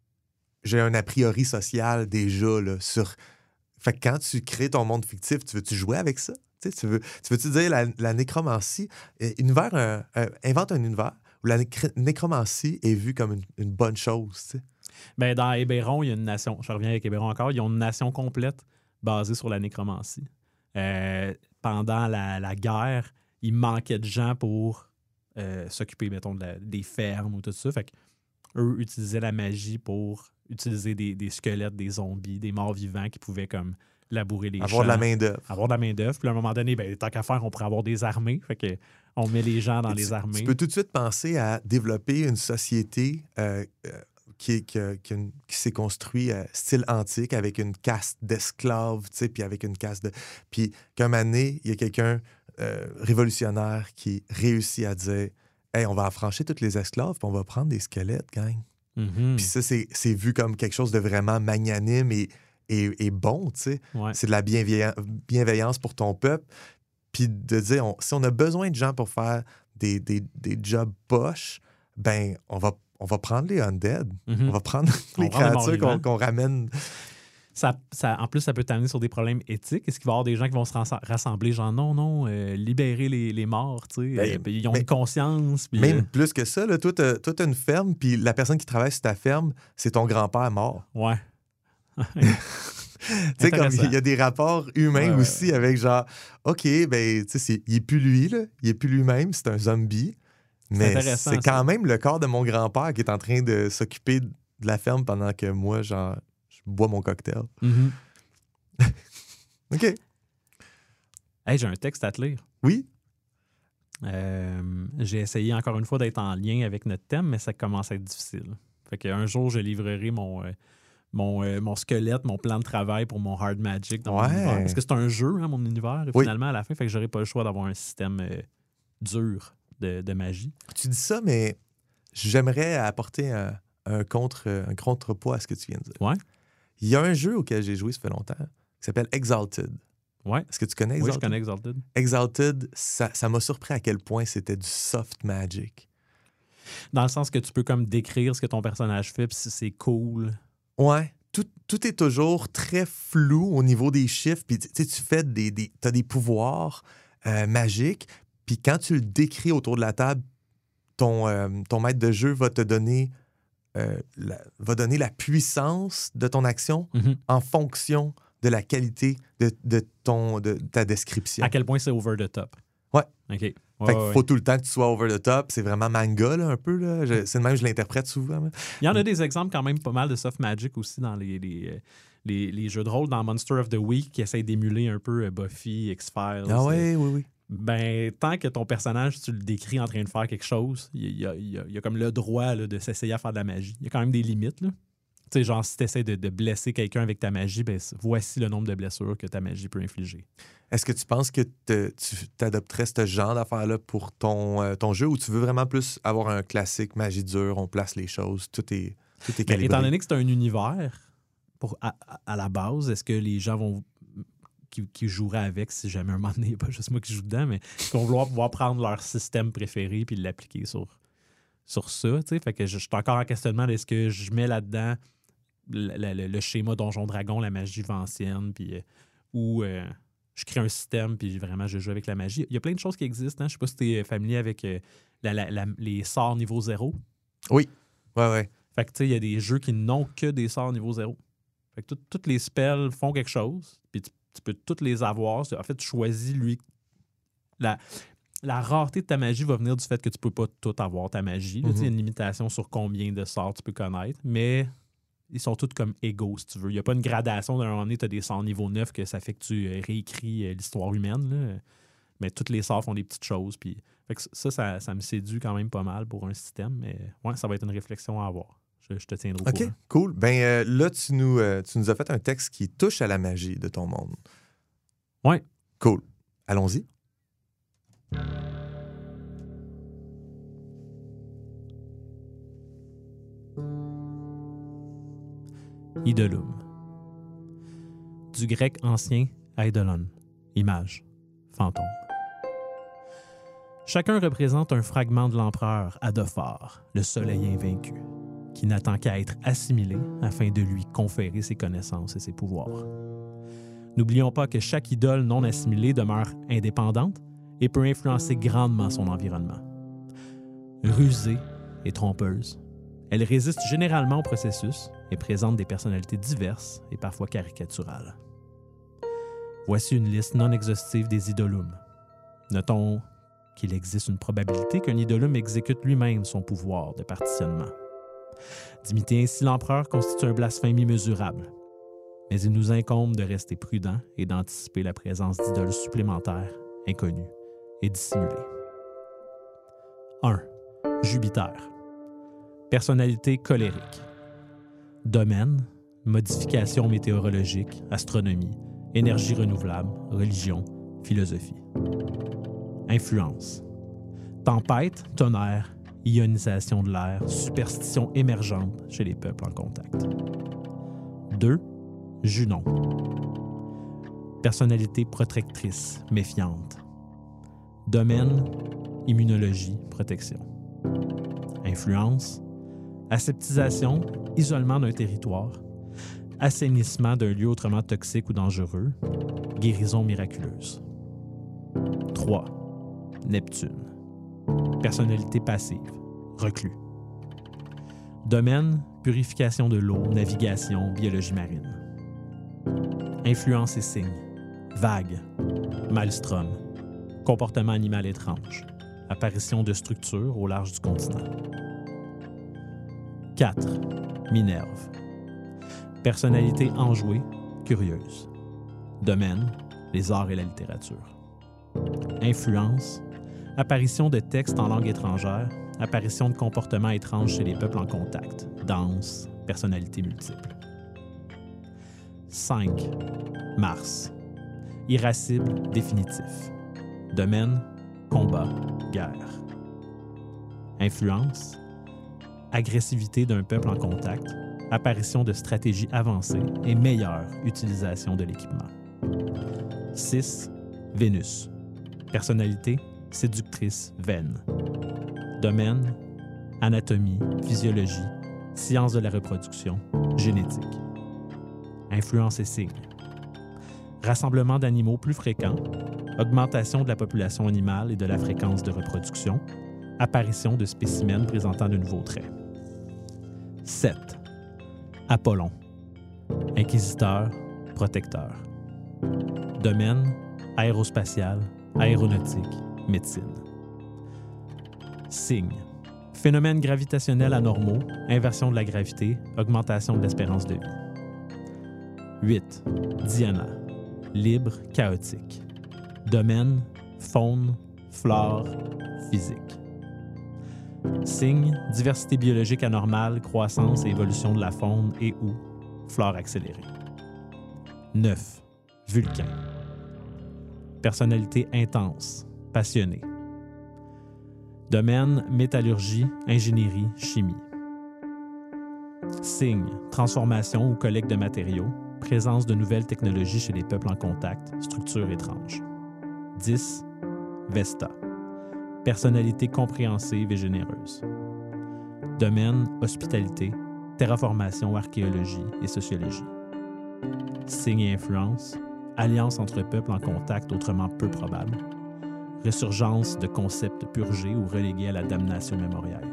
j'ai un a priori social déjà, là, sur... Fait que quand tu crées ton monde fictif, tu veux-tu jouer avec ça? T'sais, tu veux, tu veux-tu dire la, la nécromancie? Univers, un, un, invente un univers où la nécr- nécromancie est vue comme une, une bonne chose, t'sais. Ben, dans Héberon, il y a une nation, je reviens avec Héberon encore, ils ont une nation complète basée sur la nécromancie. Euh, pendant la, la guerre, il manquait de gens pour euh, s'occuper, mettons, de la, des fermes ou tout ça. Fait qu'eux utilisaient la magie pour utiliser des, des squelettes, des zombies, des morts vivants qui pouvaient comme labourer les champs. Avoir de la main-d'œuvre. Avoir de la main-d'œuvre. Puis à un moment donné, ben, tant qu'à faire, on pourrait avoir des armées. Fait que on met les gens dans Et les tu, armées. Tu peux tout de suite penser à développer une société euh, euh, qui, qui, qui, qui s'est construit euh, style antique avec une caste d'esclaves, tu sais, puis avec une caste de... Puis qu'un moment donné, il y a quelqu'un euh, révolutionnaire qui réussit à dire « Hey, on va affranchir tous les esclaves, puis on va prendre des squelettes, gang. Mm-hmm. » Puis ça, c'est, c'est vu comme quelque chose de vraiment magnanime et, et, et bon, tu sais. Ouais. C'est de la bienveillan- bienveillance pour ton peuple. Puis de dire, on, si on a besoin de gens pour faire des, des, des jobs poches, ben on va, on va prendre les undead. Mm-hmm. On va prendre On les prend les créatures qu'on, morts-vivants. qu'on ramène. Ça, ça, en plus, ça peut t'amener sur des problèmes éthiques. Est-ce qu'il va y avoir des gens qui vont se ras- rassembler, genre non, non, euh, libérer les, les morts, tu sais. Ben, euh, puis ils ont mais- une conscience. Puis, Même euh, plus que ça, là, toi, t'as, toi, t'as une ferme, puis la personne qui travaille sur ta ferme, c'est ton grand-père mort. ouais. Tu sais, comme Intéressant. il y a des rapports humains Ouais, ouais, aussi avec genre, OK, ben, tu sais, c'est- il est plus lui, là. Il est plus lui-même, c'est un zombie. Mais intéressant, c'est quand ça. même le corps de mon grand-père qui est en train de s'occuper de la ferme pendant que moi, genre, je bois mon cocktail. Mhm. OK. Hey, j'ai un texte à te lire. Oui? Euh, j'ai essayé encore une fois d'être en lien avec notre thème, mais ça commence à être difficile. Fait qu'un jour, je livrerai mon, euh, mon, euh, mon squelette, mon plan de travail pour mon Hard Magic dans Ouais. mon univers. Parce que c'est un jeu, hein, mon univers, Oui. finalement, à la fin. Fait que j'aurai pas le choix d'avoir un système euh, dur de, de magie. Tu dis ça, mais j'aimerais apporter un, un, contre, un contrepoids à ce que tu viens de dire. Ouais. Il y a un jeu auquel j'ai joué, ça fait longtemps, qui s'appelle Exalted. Ouais. Est-ce que tu connais Oui, Exalted? je connais Exalted. Exalted, ça, ça m'a surpris à quel point c'était du soft magic. Dans le sens que tu peux comme décrire ce que ton personnage fait, puis si c'est cool. Ouais. Tout, tout est toujours très flou au niveau des chiffres. Puis tu sais, tu fais des, des, t'as des pouvoirs euh, magiques. Puis quand tu le décris autour de la table, ton, euh, ton maître de jeu va te donner, euh, la, va donner la puissance de ton action Mhm. en fonction de la qualité de, de, ton, de ta description. À quel point c'est over the top. Ouais. OK. Ouais, Fait qu'il ouais, faut ouais. tout le temps que tu sois over the top. C'est vraiment manga, là, un peu. Là. Je- c'est de même que je l'interprète souvent. là. Il y en a des exemples quand même pas mal de soft magic aussi dans les, les, euh, les, les jeux de rôle, dans Monster of the Week, qui essayent d'émuler un peu euh, Buffy, X-Files. Ah euh, oui, oui, oui. Ben, tant que ton personnage, tu le décris en train de faire quelque chose, il y a, il y a- il y a comme le droit là, de s'essayer à faire de la magie. Il y a quand même des limites, là. Tu sais, genre, si tu essaies de, de blesser quelqu'un avec ta magie, ben, c- voici le nombre de blessures que ta magie peut infliger. Est-ce que tu penses que te- tu t'adopterais ce genre d'affaires-là pour ton, euh, ton jeu ou tu veux vraiment plus avoir un classique magie dure, on place les choses, tout est, tout est Mais calibré? étant donné que c'est un univers, pour, à, à- à la base, est-ce que les gens vont qui, qui joueraient avec, si jamais un moment donné, il n'y a pas juste moi qui joue dedans, mais qui vont vouloir pouvoir prendre leur système préféré puis l'appliquer sur, sur ça, tu sais? Fait que je, je suis encore en questionnement de est-ce que je mets là-dedans le, le- le schéma Donjon Dragon, la magie ancienne, puis euh, ou euh, je crée un système puis vraiment je joue avec la magie. Il y a plein de choses qui existent, hein? Je sais pas si tu es familier avec euh, la- la- la- les sorts niveau zéro. Ouais, ouais. Fait que, tu sais, il y a des jeux qui n'ont que des sorts niveau zéro. Fait que tout- toutes les spells font quelque chose, puis tu, tu peux toutes les avoir. En fait, tu choisis, lui... La, la rareté de ta magie va venir du fait que tu peux pas tout avoir, ta magie. Là, tu sais, Il y a une limitation sur combien de sorts tu peux connaître, mais ils sont tous comme égaux, si tu veux. Il n'y a pas une gradation. D'un moment donné, tu as des sorts niveau neuf que ça fait que tu euh, réécris euh, l'histoire humaine, là. Mais toutes les sorts font des petites choses, puis... Fait que ça, ça, ça me séduit quand même pas mal pour un système, mais ouais, ça va être une réflexion à avoir. Je, je te tiendrai au OK, courant. cool. Ben euh, là, tu nous, euh, tu nous as fait un texte qui touche à la magie de ton monde. Ouais. Cool. Allons-y. Idolum. Du grec ancien eidolon, image, fantôme. Chacun représente un fragment de l'empereur Adophar, le soleil invaincu, qui n'attend qu'à être assimilé afin de lui conférer ses connaissances et ses pouvoirs. N'oublions pas que chaque idole non assimilée demeure indépendante et peut influencer grandement son environnement. Rusée et trompeuse, elle résiste généralement au processus et présente des personnalités diverses et parfois caricaturales. Voici une liste non exhaustive des idolums. Notons qu'il existe une probabilité qu'un idolum exécute lui-même son pouvoir de partitionnement. D'imiter ainsi l'empereur constitue un blasphème immesurable, mais il nous incombe de rester prudents et d'anticiper la présence d'idoles supplémentaires, inconnues et dissimulées. un. Jupiter. Personnalité colérique. Domaine, modification météorologique, astronomie, énergie renouvelable, religion, philosophie. Influence. Tempête, tonnerre, ionisation de l'air, superstition émergente chez les peuples en contact. deux. Junon. Personnalité protectrice, méfiante. Domaine, immunologie, protection. Influence, aseptisation, isolement d'un territoire, assainissement d'un lieu autrement toxique ou dangereux, guérison miraculeuse. trois. Neptune. Personnalité passive, reclus. Domaine, purification de l'eau, navigation, biologie marine. Influence et signes, vague, maelstrom, comportement animal étrange, apparition de structures au large du continent. quatre. Minerve. Personnalité enjouée, curieuse. Domaine, les arts et la littérature. Influence, apparition de textes en langue étrangère, apparition de comportements étranges chez les peuples en contact, danse, personnalité multiple. cinq. Mars. Irascible, définitif. Domaine, combat, guerre. Influence, agressivité d'un peuple en contact, apparition de stratégies avancées et meilleure utilisation de l'équipement. six. Vénus. Personnalité, séductrice, vaine. Domaine, anatomie, physiologie, sciences de la reproduction, génétique. Influence et signes. Rassemblement d'animaux plus fréquents, augmentation de la population animale et de la fréquence de reproduction, apparition de spécimens présentant de nouveaux traits. sept. Apollon. Inquisiteur, protecteur. Domaine, aérospatial, aéronautique, médecine. Signes. Phénomènes gravitationnels anormaux, inversion de la gravité, augmentation de l'espérance de vie. huit. Diana. Libre, chaotique. Domaine, faune, flore, physique. Signes, diversité biologique anormale, croissance et évolution de la faune et ou flore accélérée. neuf. Vulcain. Personnalité intense, passionnée. Domaine, métallurgie, ingénierie, chimie. Signes, transformation ou collecte de matériaux, présence de nouvelles technologies chez les peuples en contact, structure étrange. dix. Vesta. Personnalité compréhensive et généreuse. Domaine, hospitalité, terraformation, archéologie et sociologie. Signes et influence, alliance entre peuples en contact autrement peu probable. Résurgence de concepts purgés ou relégués à la damnation mémoriale.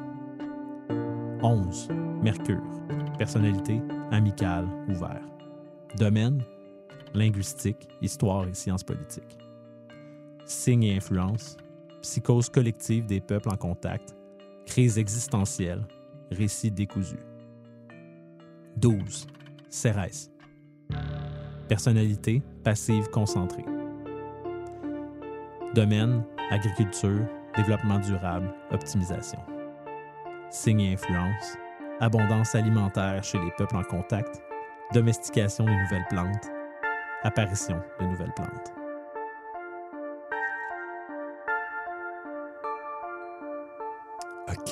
onze. Mercure. Personnalité, amicale, ouvert. Domaine, linguistique, histoire et sciences politiques. Signes et influence, psychose collective des peuples en contact, crise existentielle, récit décousu. douze. Cérès. Personnalité, passive concentrée. Domaine, agriculture, développement durable, optimisation. Signes et influence, abondance alimentaire chez les peuples en contact, domestication de nouvelles plantes, apparition de nouvelles plantes. OK.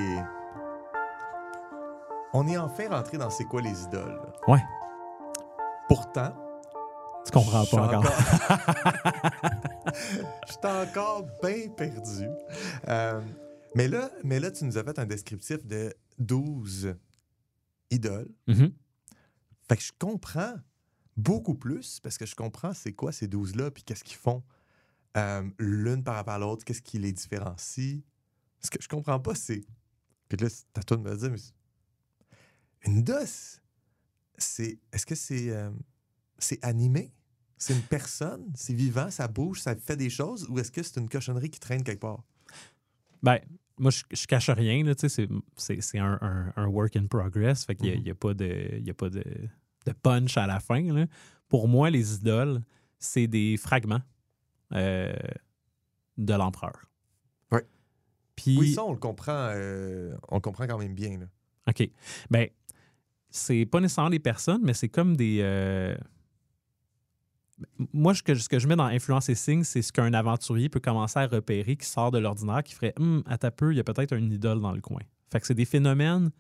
On est enfin rentré dans c'est quoi les idoles. Là. Ouais. Pourtant, tu comprends pas encore. Je suis encore bien perdu. Euh, mais, là, mais là, tu nous as fait un descriptif de douze idoles. Mm-hmm. Fait que je comprends beaucoup plus parce que je comprends c'est quoi ces douze-là puis qu'est-ce qu'ils font euh, l'une par rapport à l'autre, qu'est-ce qui les différencie. Ce que je comprends pas, c'est... Puis là, c'est à toi de me dire, mais... Une idole, c'est... Est-ce que c'est... Euh... C'est animé? C'est une personne? C'est vivant? Ça bouge? Ça fait des choses? Ou est-ce que c'est une cochonnerie qui traîne quelque part? Ben, moi, je, je cache rien. Là, c'est, c'est, c'est un, un, un work in progress. Fait qu'il n'y a, Mm-hmm. il y a pas, de, il y a pas de, de punch à la fin. Là. Pour moi, les idoles, c'est des fragments euh, de l'empereur. Ouais. Puis, oui, ça, on le comprend, euh, on le comprend quand même bien. Là. OK. Ben, c'est pas nécessairement des personnes, mais c'est comme des... Euh... Moi, ce que, ce que je mets dans influence et signes, c'est ce qu'un aventurier peut commencer à repérer qui sort de l'ordinaire, qui ferait hum, à ta peu, il y a peut-être un idole dans le coin. Fait que c'est des phénomènes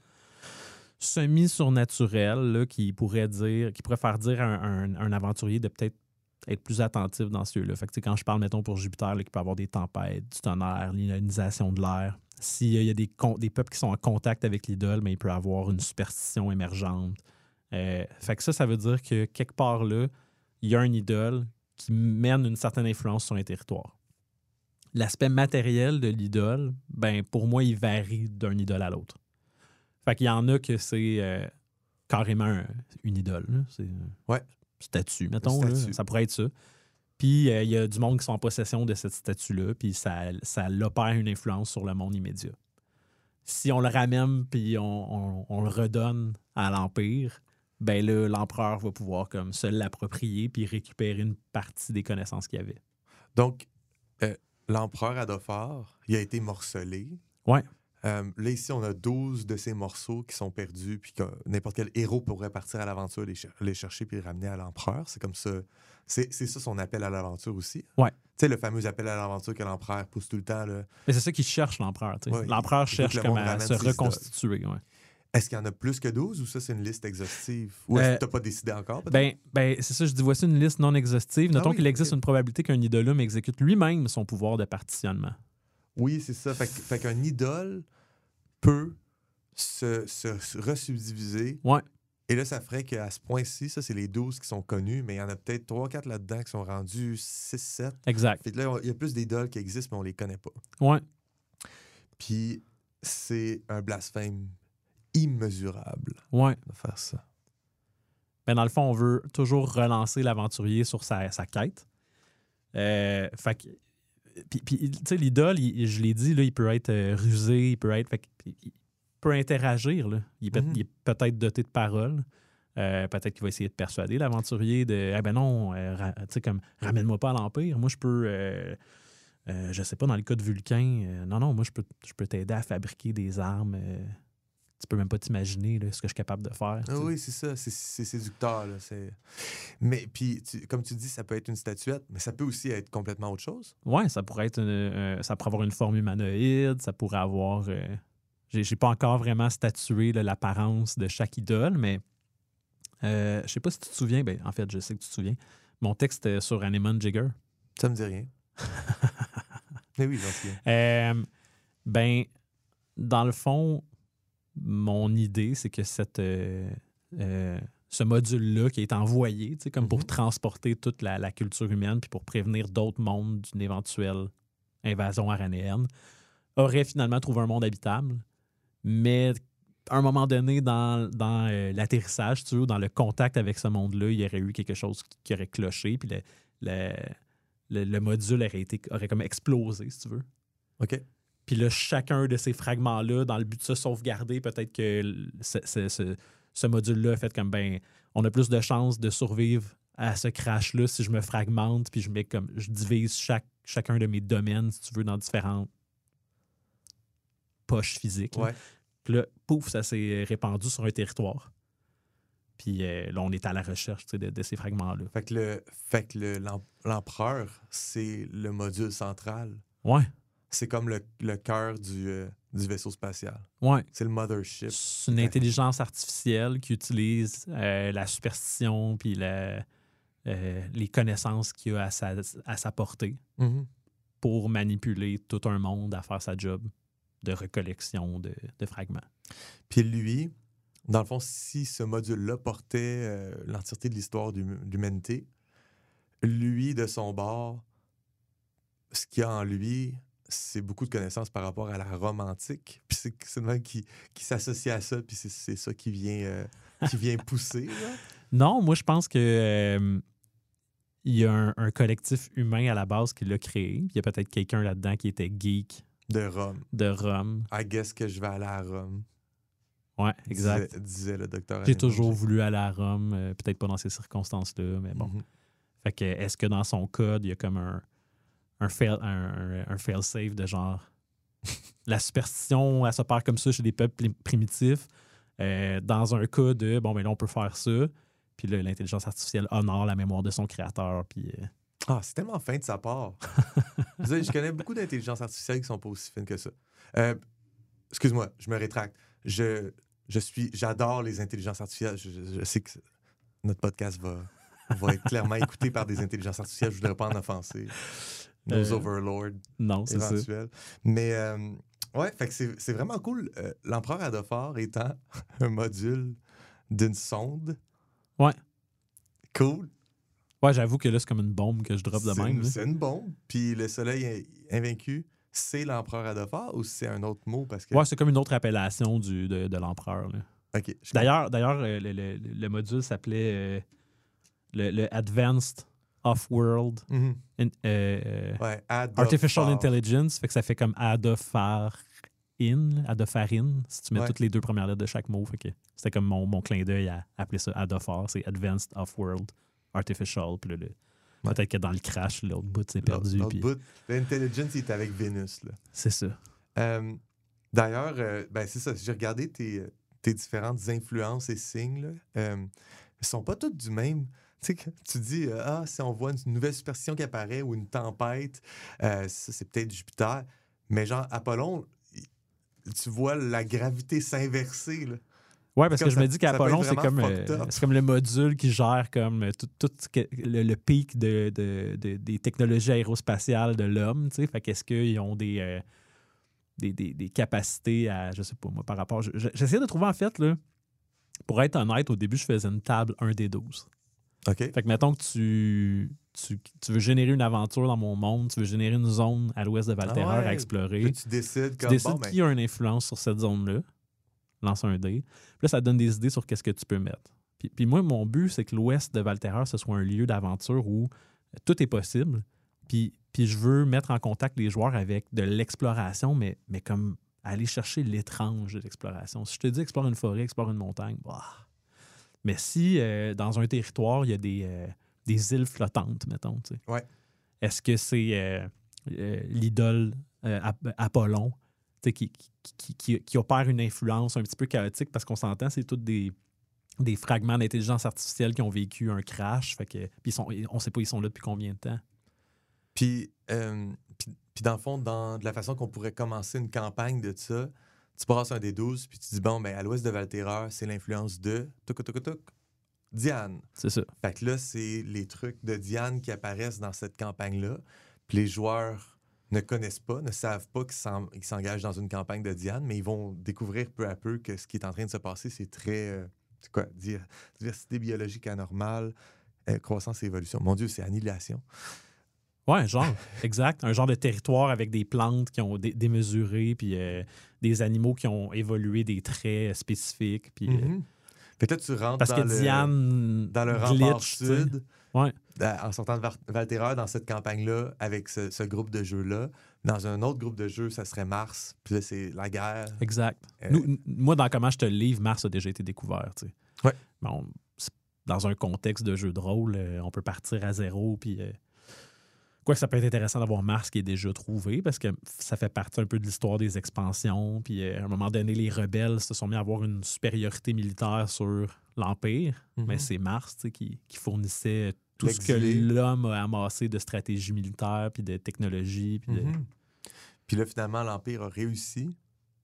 semi-surnaturels là, qui pourraient dire, qui pourraient faire dire à un, un, un aventurier de peut-être être plus attentif dans ce lieu-là. Fait que, quand je parle, mettons, pour Jupiter, là, qu'il peut y avoir des tempêtes, du tonnerre, l'ionisation de l'air. S'il y a des, des peuples qui sont en contact avec l'idole, ben, il peut y avoir une superstition émergente. Euh, fait que ça, ça veut dire que quelque part là, il y a un idole qui mène une certaine influence sur un territoire. L'aspect matériel de l'idole, ben, pour moi, il varie d'un idole à l'autre. Fait qu'il y en a que c'est euh, carrément un, une idole. Là. C'est un Ouais. statue, mettons. Là. Ça pourrait être ça. Puis, il euh, y a du monde qui sont en possession de cette statue-là, puis ça, ça opère une influence sur le monde immédiat. Si on le ramène, puis on, on, on le redonne à l'Empire, ben là, l'empereur va pouvoir comme se l'approprier puis récupérer une partie des connaissances qu'il avait. Donc, euh, l'empereur Adofar, il a été morcelé. Ouais. Euh, là, ici, on a douze de ces morceaux qui sont perdus, puis que n'importe quel héros pourrait partir à l'aventure, les, cher- les chercher, puis les ramener à l'empereur. C'est comme ça. C'est, c'est ça son appel à l'aventure aussi. Ouais. Tu sais, le fameux appel à l'aventure que l'empereur pousse tout le temps. Là. Mais c'est ça qu'il cherche, l'empereur. Ouais, l'empereur il, cherche il comme à se reconstituer. Ouais. Est-ce qu'il y en a plus que douze ou ça, c'est une liste exhaustive? Ou est-ce euh, que tu n'as pas décidé encore? Ben, ben, c'est ça, je dis, voici une liste non exhaustive. Notons ah oui, qu'il existe okay. une probabilité qu'un idolum exécute lui-même son pouvoir de partitionnement. Oui, c'est ça. Fait, fait qu'un idole peut se, se, se resubdiviser. Ouais. Et là, ça ferait qu'à ce point-ci, ça, c'est les douze qui sont connus, mais il y en a peut-être trois quatre là-dedans qui sont rendus six sept. Exact. Fait que là, il y a plus d'idoles qui existent, mais on les connaît pas. Ouais. Puis, c'est un blasphème immesurable Ouais. de faire ça. Ben, dans le fond, on veut toujours relancer l'aventurier sur sa, sa quête. Euh, fait que... Puis, puis tu sais, l'idole, il, je l'ai dit, là, il peut être euh, rusé, il peut être... Fait que, il peut interagir, là. Il, est peut, Mm-hmm. il est peut-être doté de paroles. Euh, peut-être qu'il va essayer de persuader l'aventurier de... Ah ben non, euh, ra- tu sais, comme, ramène-moi pas à l'Empire. Moi, je peux... Euh, euh, je sais pas, dans le cas de Vulcain, euh, non, non, moi, je peux, je peux t'aider à fabriquer des armes... Euh, tu peux même pas t'imaginer là, ce que je suis capable de faire. Ah oui, c'est ça. C'est, c'est séducteur. Là. C'est... Mais puis, tu, comme tu dis, ça peut être une statuette, mais ça peut aussi être complètement autre chose. Oui, ça pourrait être une, euh, ça pourrait avoir une forme humanoïde, ça pourrait avoir... Euh, j'ai, j'ai pas encore vraiment statué là, l'apparence de chaque idole, mais euh, je sais pas si tu te souviens, ben, en fait, je sais que tu te souviens, mon texte euh, sur Anemone Jigger. Ça me dit rien. Mais oui, j'en souviens. Euh, ben, dans le fond... Mon idée, c'est que cette, euh, euh, ce module-là qui est envoyé, tu sais, comme mm-hmm. pour transporter toute la, la culture humaine puis pour prévenir d'autres mondes d'une éventuelle invasion aranéenne, aurait finalement trouvé un monde habitable. Mais à un moment donné, dans, dans euh, l'atterrissage, tu veux, dans le contact avec ce monde-là, il y aurait eu quelque chose qui, qui aurait cloché puis le, le, le, le module aurait, été, aurait comme explosé, si tu veux. OK. Puis là, chacun de ces fragments-là, dans le but de se sauvegarder, peut-être que ce, ce, ce, ce module-là a fait comme, ben, on a plus de chances de survivre à ce crash-là si je me fragmente, puis je mets comme, je divise chaque, chacun de mes domaines, si tu veux, dans différentes poches physiques. Ouais. Puis là, pouf, ça s'est répandu sur un territoire. Puis euh, là, on est à la recherche de, de ces fragments-là. Fait que, le, fait que le, l'empereur, c'est le module central. Ouais. C'est comme le, le cœur du, euh, du vaisseau spatial. Ouais. C'est le mothership. C'est une intelligence artificielle qui utilise euh, la superstition puis la, euh, les connaissances qu'il a à sa, à sa portée Mm-hmm. pour manipuler tout un monde à faire sa job de recollection de, de fragments. Puis lui, dans le fond, si ce module-là portait euh, l'entièreté de l'histoire de l'humanité, lui, de son bord, ce qu'il y a en lui... c'est beaucoup de connaissances par rapport à la Rome antique. Puis c'est, c'est le même qui, qui s'associe à ça, puis c'est, c'est ça qui vient, euh, qui vient pousser. Là. Non, moi, je pense que euh, il y a un, un collectif humain à la base qui l'a créé. Il y a peut-être quelqu'un là-dedans qui était geek. De Rome. De Rome. I guess que je vais aller à Rome. Ouais, exact. Disait, disait le docteur. J'ai toujours voulu aller à Rome, euh, peut-être pas dans ces circonstances-là, mais bon. Mm-hmm. Fait que, est-ce que dans son code, il y a comme un... un fail, un, un fail-safe de genre la superstition, elle s'opère comme ça chez des peuples primitifs. Euh, dans un cas de, bon, ben là, on peut faire ça, puis là, l'intelligence artificielle honore la mémoire de son créateur, puis... Euh... Ah, c'est tellement fin de sa part. je, veux dire, je connais beaucoup d'intelligences artificielles qui sont pas aussi fines que ça. Euh, excuse-moi, je me rétracte. Je, je suis, j'adore les intelligences artificielles. Je, je, je sais que notre podcast va, va être clairement écouté par des intelligences artificielles. Je voudrais pas en offenser nos euh, overlords non, c'est éventuels. Ça. Mais... Euh, ouais, fait que c'est, c'est vraiment cool. Euh, l'empereur Adofar étant un module d'une sonde. Ouais. Cool. Ouais, j'avoue que là, c'est comme une bombe que je drop de c'est même. Une, c'est une bombe. Puis le soleil invaincu, c'est l'empereur Adofar ou c'est un autre mot? Parce que... Ouais, c'est comme une autre appellation du, de, de l'empereur. Là. OK. D'ailleurs, d'ailleurs euh, le, le, le module s'appelait euh, le, le Advanced Off-World mm-hmm. in, euh, ouais, Artificial Intelligence. Fait que ça fait comme Adofar. In, Adofarine, si tu mets ouais. toutes les deux premières lettres de chaque mot. Fait que c'était comme mon, mon clin d'œil à appeler ça Adofar. C'est Advanced Off-World Artificial. Puis là, le, ouais. peut-être que dans le crash, l'autre bout s'est perdu. L'autre, puis... l'autre bout, l'intelligence, il est avec Vénus. Là. C'est ça. Euh, d'ailleurs, euh, ben, c'est ça. J'ai regardé tes, tes différentes influences et signes. Là. Euh, ils sont pas toutes du même. Tu sais, tu dis, euh, ah, si on voit une nouvelle superstition qui apparaît ou une tempête, euh, ça, c'est peut-être Jupiter. Mais genre, Apollon, tu vois la gravité s'inverser. Là. Ouais, parce que je ça, me dis qu'Apollon, c'est comme, euh, c'est comme le module qui gère comme tout, tout le, le pic de, de, de, des technologies aérospatiales de l'homme. Tu sais. Fait qu'est-ce qu'ils ont des, euh, des, des, des capacités à, je sais pas moi, par rapport... Je, j'essayais de trouver, en fait, là, pour être honnête, au début, je faisais une table un des douze. OK. Fait que mettons que tu, tu, tu veux générer une aventure dans mon monde, tu veux générer une zone à l'ouest de Valterreur ah ouais. à explorer. Puis tu décides, tu comme, décides bon, qui ben... a une influence sur cette zone-là. Lance un dé. Puis là, ça te donne des idées sur qu'est-ce que tu peux mettre. Puis, puis moi, mon but, c'est que l'ouest de Valterreur, ce soit un lieu d'aventure où tout est possible. Puis, puis je veux mettre en contact les joueurs avec de l'exploration, mais, mais comme aller chercher l'étrange de l'exploration. Si je te dis explore une forêt, explore une montagne, bah. Mais si euh, dans un territoire, il y a des, euh, des îles flottantes, mettons, tu sais. Ouais. Est-ce que c'est euh, euh, l'idole euh, Apollon qui, qui, qui, qui, qui opère une influence un petit peu chaotique parce qu'on s'entend, c'est tous des, des fragments d'intelligence artificielle qui ont vécu un crash. Fait que, puis ils sont, on ne sait pas ils sont là depuis combien de temps. Puis, euh, puis, puis dans le fond, dans de la façon qu'on pourrait commencer une campagne de ça, tu passes un des douze, puis tu dis, bon, ben à l'ouest de Valterreur, c'est l'influence de tuc, tuc, tuc, Diane. C'est ça. Fait que là, c'est les trucs de Diane qui apparaissent dans cette campagne-là. Puis les joueurs ne connaissent pas, ne savent pas qu'ils, s'en, qu'ils s'engagent dans une campagne de Diane, mais ils vont découvrir peu à peu que ce qui est en train de se passer, c'est très, euh, c'est quoi, dire, diversité biologique anormale, euh, croissance et évolution. Mon Dieu, c'est annihilation. Ouais, genre, exact. Un genre de territoire avec des plantes qui ont dé- démesuré, puis euh, des animaux qui ont évolué des traits spécifiques. Puis, mm-hmm. euh, fait que là, tu rentres parce dans, que le, Diane dans le glitch, rempart sud, ouais. en sortant de Valterreur, dans cette campagne-là, avec ce, ce groupe de jeux-là. Dans un autre groupe de jeux, ça serait Mars. Puis là, c'est la guerre. Exact. Euh... Nous, moi, dans Comment je te le livre, Mars a déjà été découvert. Tu sais. Ouais. Bon, dans un contexte de jeu de rôle, euh, on peut partir à zéro, puis... Euh, Quoi que ça peut être intéressant d'avoir Mars qui est déjà trouvé parce que ça fait partie un peu de l'histoire des expansions. Puis euh, à un moment donné, les rebelles se sont mis à avoir une supériorité militaire sur l'Empire. Mm-hmm. Mais c'est Mars qui, qui fournissait tout L'exilé. Ce que l'homme a amassé de stratégie militaire puis de technologie. Puis, mm-hmm. de... puis là, finalement, l'Empire a réussi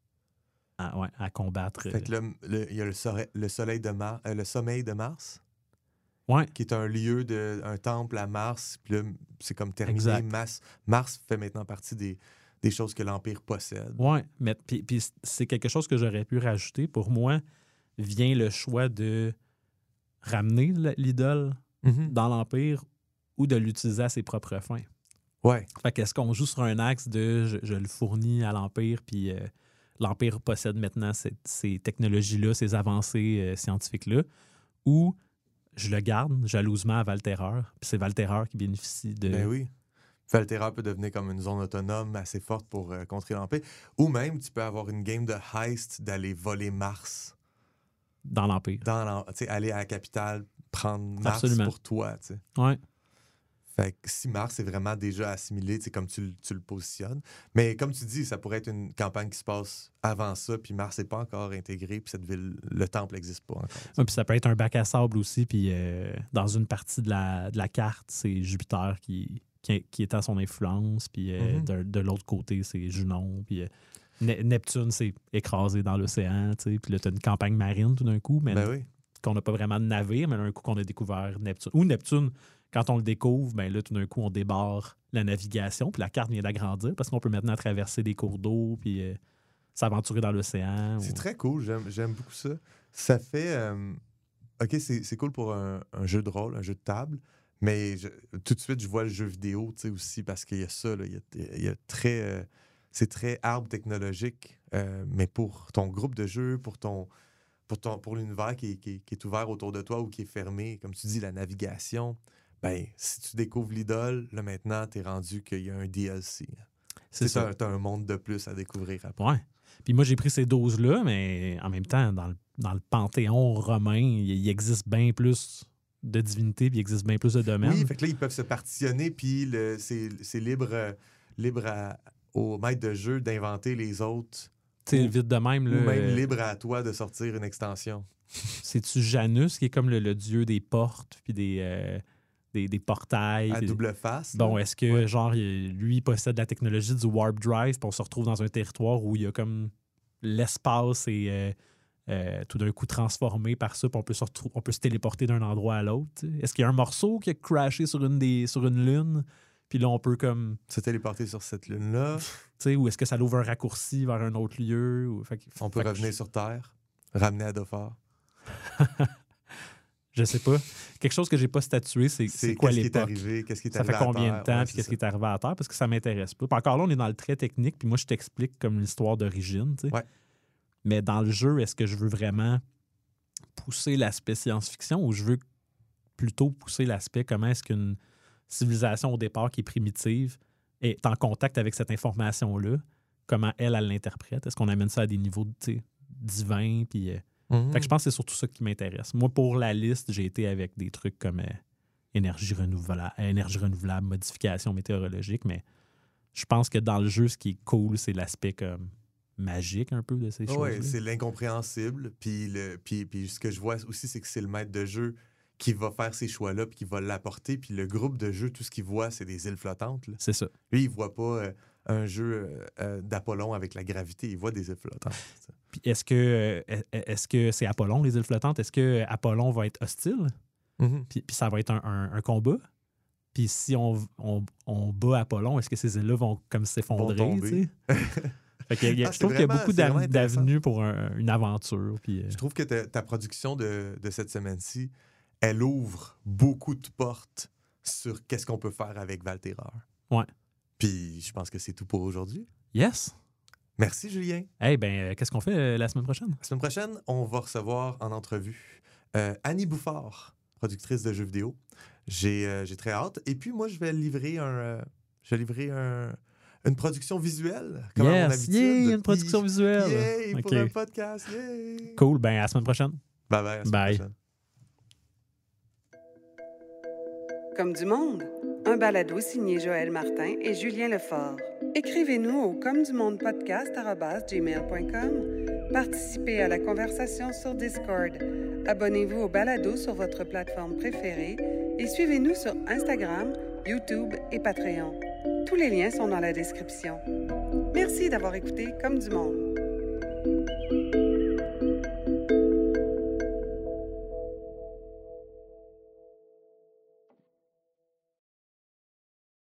à, ouais, à combattre. Fait que là, il y a le soleil, le, soleil de Mar- euh, le sommeil de Mars. Ouais. Qui est un lieu, de, un temple à Mars. Puis là, c'est comme terminé. Mars, Mars fait maintenant partie des, des choses que l'Empire possède. Oui, mais puis, puis c'est quelque chose que j'aurais pu rajouter. Pour moi, vient le choix de ramener l'idole mm-hmm. dans l'Empire ou de l'utiliser à ses propres fins. Ouais. Fait qu'est-ce qu'on joue sur un axe de je, je le fournis à l'Empire, puis euh, l'Empire possède maintenant ces, ces technologies-là, ces avancées euh, scientifiques-là, ou je le garde jalousement à Valterreur, puis c'est Valterreur qui bénéficie de... Ben oui. Valterreur peut devenir comme une zone autonome assez forte pour euh, contrer l'Empire. Ou même, tu peux avoir une game de heist d'aller voler Mars. Dans l'Empire. Dans l'Empire. Tu sais, aller à la capitale, prendre Mars Absolument. Pour toi, tu sais. Ouais. Fait que si Mars est vraiment déjà assimilé, c'est comme tu, le- tu le positionnes. Mais comme tu dis, ça pourrait être une campagne qui se passe avant ça, puis Mars n'est pas encore intégré, puis cette ville, le temple n'existe pas encore. Ouais, puis ça peut être un bac à sable aussi, puis euh, dans une partie de la, de la carte, c'est Jupiter qui, qui, qui est à son influence, puis euh, Mhm. de, de l'autre côté, c'est Junon, puis euh, Ne- Neptune s'est écrasé dans l'océan, tu sais, puis là, tu as une campagne marine tout d'un coup, mais Ben oui. qu'on n'a pas vraiment de navire, mais d'un coup qu'on a découvert Neptune. Ou Neptune, quand on le découvre, ben là, tout d'un coup, on débarre la navigation, puis la carte vient d'agrandir parce qu'on peut maintenant traverser des cours d'eau, puis euh, s'aventurer dans l'océan. C'est ou- très cool, j'aime, j'aime beaucoup ça. Ça fait... euh, OK, c'est, c'est cool pour un, un jeu de rôle, un jeu de table, mais je- tout de suite, je vois le jeu vidéo, tu sais, aussi, parce qu'il y a ça, là, il y a, il y a très... euh, c'est très arbre technologique, euh, mais pour ton groupe de jeu, pour ton... Pour, ton, pour l'univers qui est, qui, est, qui est ouvert autour de toi ou qui est fermé, comme tu dis, la navigation, ben, si tu découvres l'idole, là, maintenant, t'es rendu qu'il y a un D L C. C'est C'est ça. ça. T'as un monde de plus à découvrir après. Ouais. Puis moi, j'ai pris ces doses-là, mais en même temps, dans le, dans le panthéon romain, il, il existe bien plus de divinités, puis il existe bien plus de domaines. Oui, fait que là, ils peuvent se partitionner, puis le- c'est, c'est libre, euh, libre à- au maître de jeu d'inventer les autres, Tu sais, ou- vite de même, ou là, même euh, libre à toi de sortir une extension. c'est-tu Janus qui est comme le, le dieu des portes, puis des, euh, des, des portails. À puis- double face. Bon, là. est-ce que, Ouais. genre, il- lui, il possède la technologie du warp drive, puis on se retrouve dans un territoire où il y a comme l'espace est euh, euh, tout d'un coup transformé par ça, puis on peut se, retrou- on peut se téléporter d'un endroit à l'autre. tu sais? Est-ce qu'il y a un morceau qui a crashé sur une, des, sur une lune, puis là, on peut comme, Se téléporter sur cette lune-là. tu sais, ou est-ce que ça l'ouvre un raccourci vers un autre lieu? Ou, fait que- On peut fait que revenir sur Terre, ramener à Dophar. Je sais pas. Quelque chose que j'ai pas statué, c'est C'est c'est quoi qu'est-ce qui est l'époque? arrivé, qu'est-ce qui est Ça arrivé fait combien à de Terre. temps, Ouais, puis c'est qu'est-ce qui ça. est arrivé à terre, parce que ça m'intéresse pas. Puis encore là, on est dans le très technique, puis moi, je t'explique comme l'histoire d'origine, tu sais. Ouais. Mais dans le jeu, est-ce que je veux vraiment pousser l'aspect science-fiction ou je veux plutôt pousser l'aspect comment est-ce qu'une civilisation au départ qui est primitive est en contact avec cette information-là, comment elle, elle l'interprète? Est-ce qu'on amène ça à des niveaux, tu sais, divins, puis... euh, Mhm. fait que je pense que c'est surtout ça qui m'intéresse. Moi, pour la liste, j'ai été avec des trucs comme euh, énergie renouvelable, énergie renouvelable, modification météorologique, mais je pense que dans le jeu, ce qui est cool, c'est l'aspect comme magique un peu de ces choses. Oui, c'est l'incompréhensible. Puis, le, puis, puis ce que je vois aussi, c'est que c'est le maître de jeu qui va faire ces choix-là, puis qui va l'apporter. Puis le groupe de jeu, tout ce qu'il voit, c'est des îles flottantes. Là. C'est ça. Lui, il voit pas euh, un jeu euh, euh, d'Apollon avec la gravité, il voit des îles flottantes. ça. Puis est-ce que euh, est-ce que c'est Apollon, les îles flottantes? Est-ce que Apollon va être hostile? Mhm. Puis, puis ça va être un, un- un combat? Puis si on, on, on bat Apollon, est-ce que ces îles-là vont comme s'effondrer? Vont tomber. tu sais? Fait qu'il y a- il y a- Ah, je c'est trouve qu'il y a vraiment- beaucoup c'est vraiment d'av- intéressant. d'avenues pour un- une aventure. Puis, euh, Je trouve que ta, ta production de, de cette semaine-ci, elle ouvre beaucoup de portes sur qu'est-ce qu'on peut faire avec Valterreur. Ouais. Puis je pense que c'est tout pour aujourd'hui. yes! Merci, Julien. Eh hey, ben, euh, qu'est-ce qu'on fait euh, la semaine prochaine? La semaine prochaine, on va recevoir en entrevue euh, Annie Bouffard, productrice de jeux vidéo. J'ai euh, j'ai très hâte. Et puis moi, je vais livrer un, euh, je vais livrer un, une production visuelle. Comme à mon Yes! habitude. Yay! Une production Puis- visuelle! Yay! OK. Pour un podcast. Yay! Cool. Ben, à la semaine prochaine. Bye bye. à la semaine Bye. prochaine. Comme du monde, un balado signé Joël Martin et Julien Lefort. Écrivez-nous au comme du monde podcast arobase gmail point com. Participez à la conversation sur Discord. Abonnez-vous au balado sur votre plateforme préférée et suivez-nous sur Instagram, YouTube et Patreon. Tous les liens sont dans la description. Merci d'avoir écouté Comme du monde.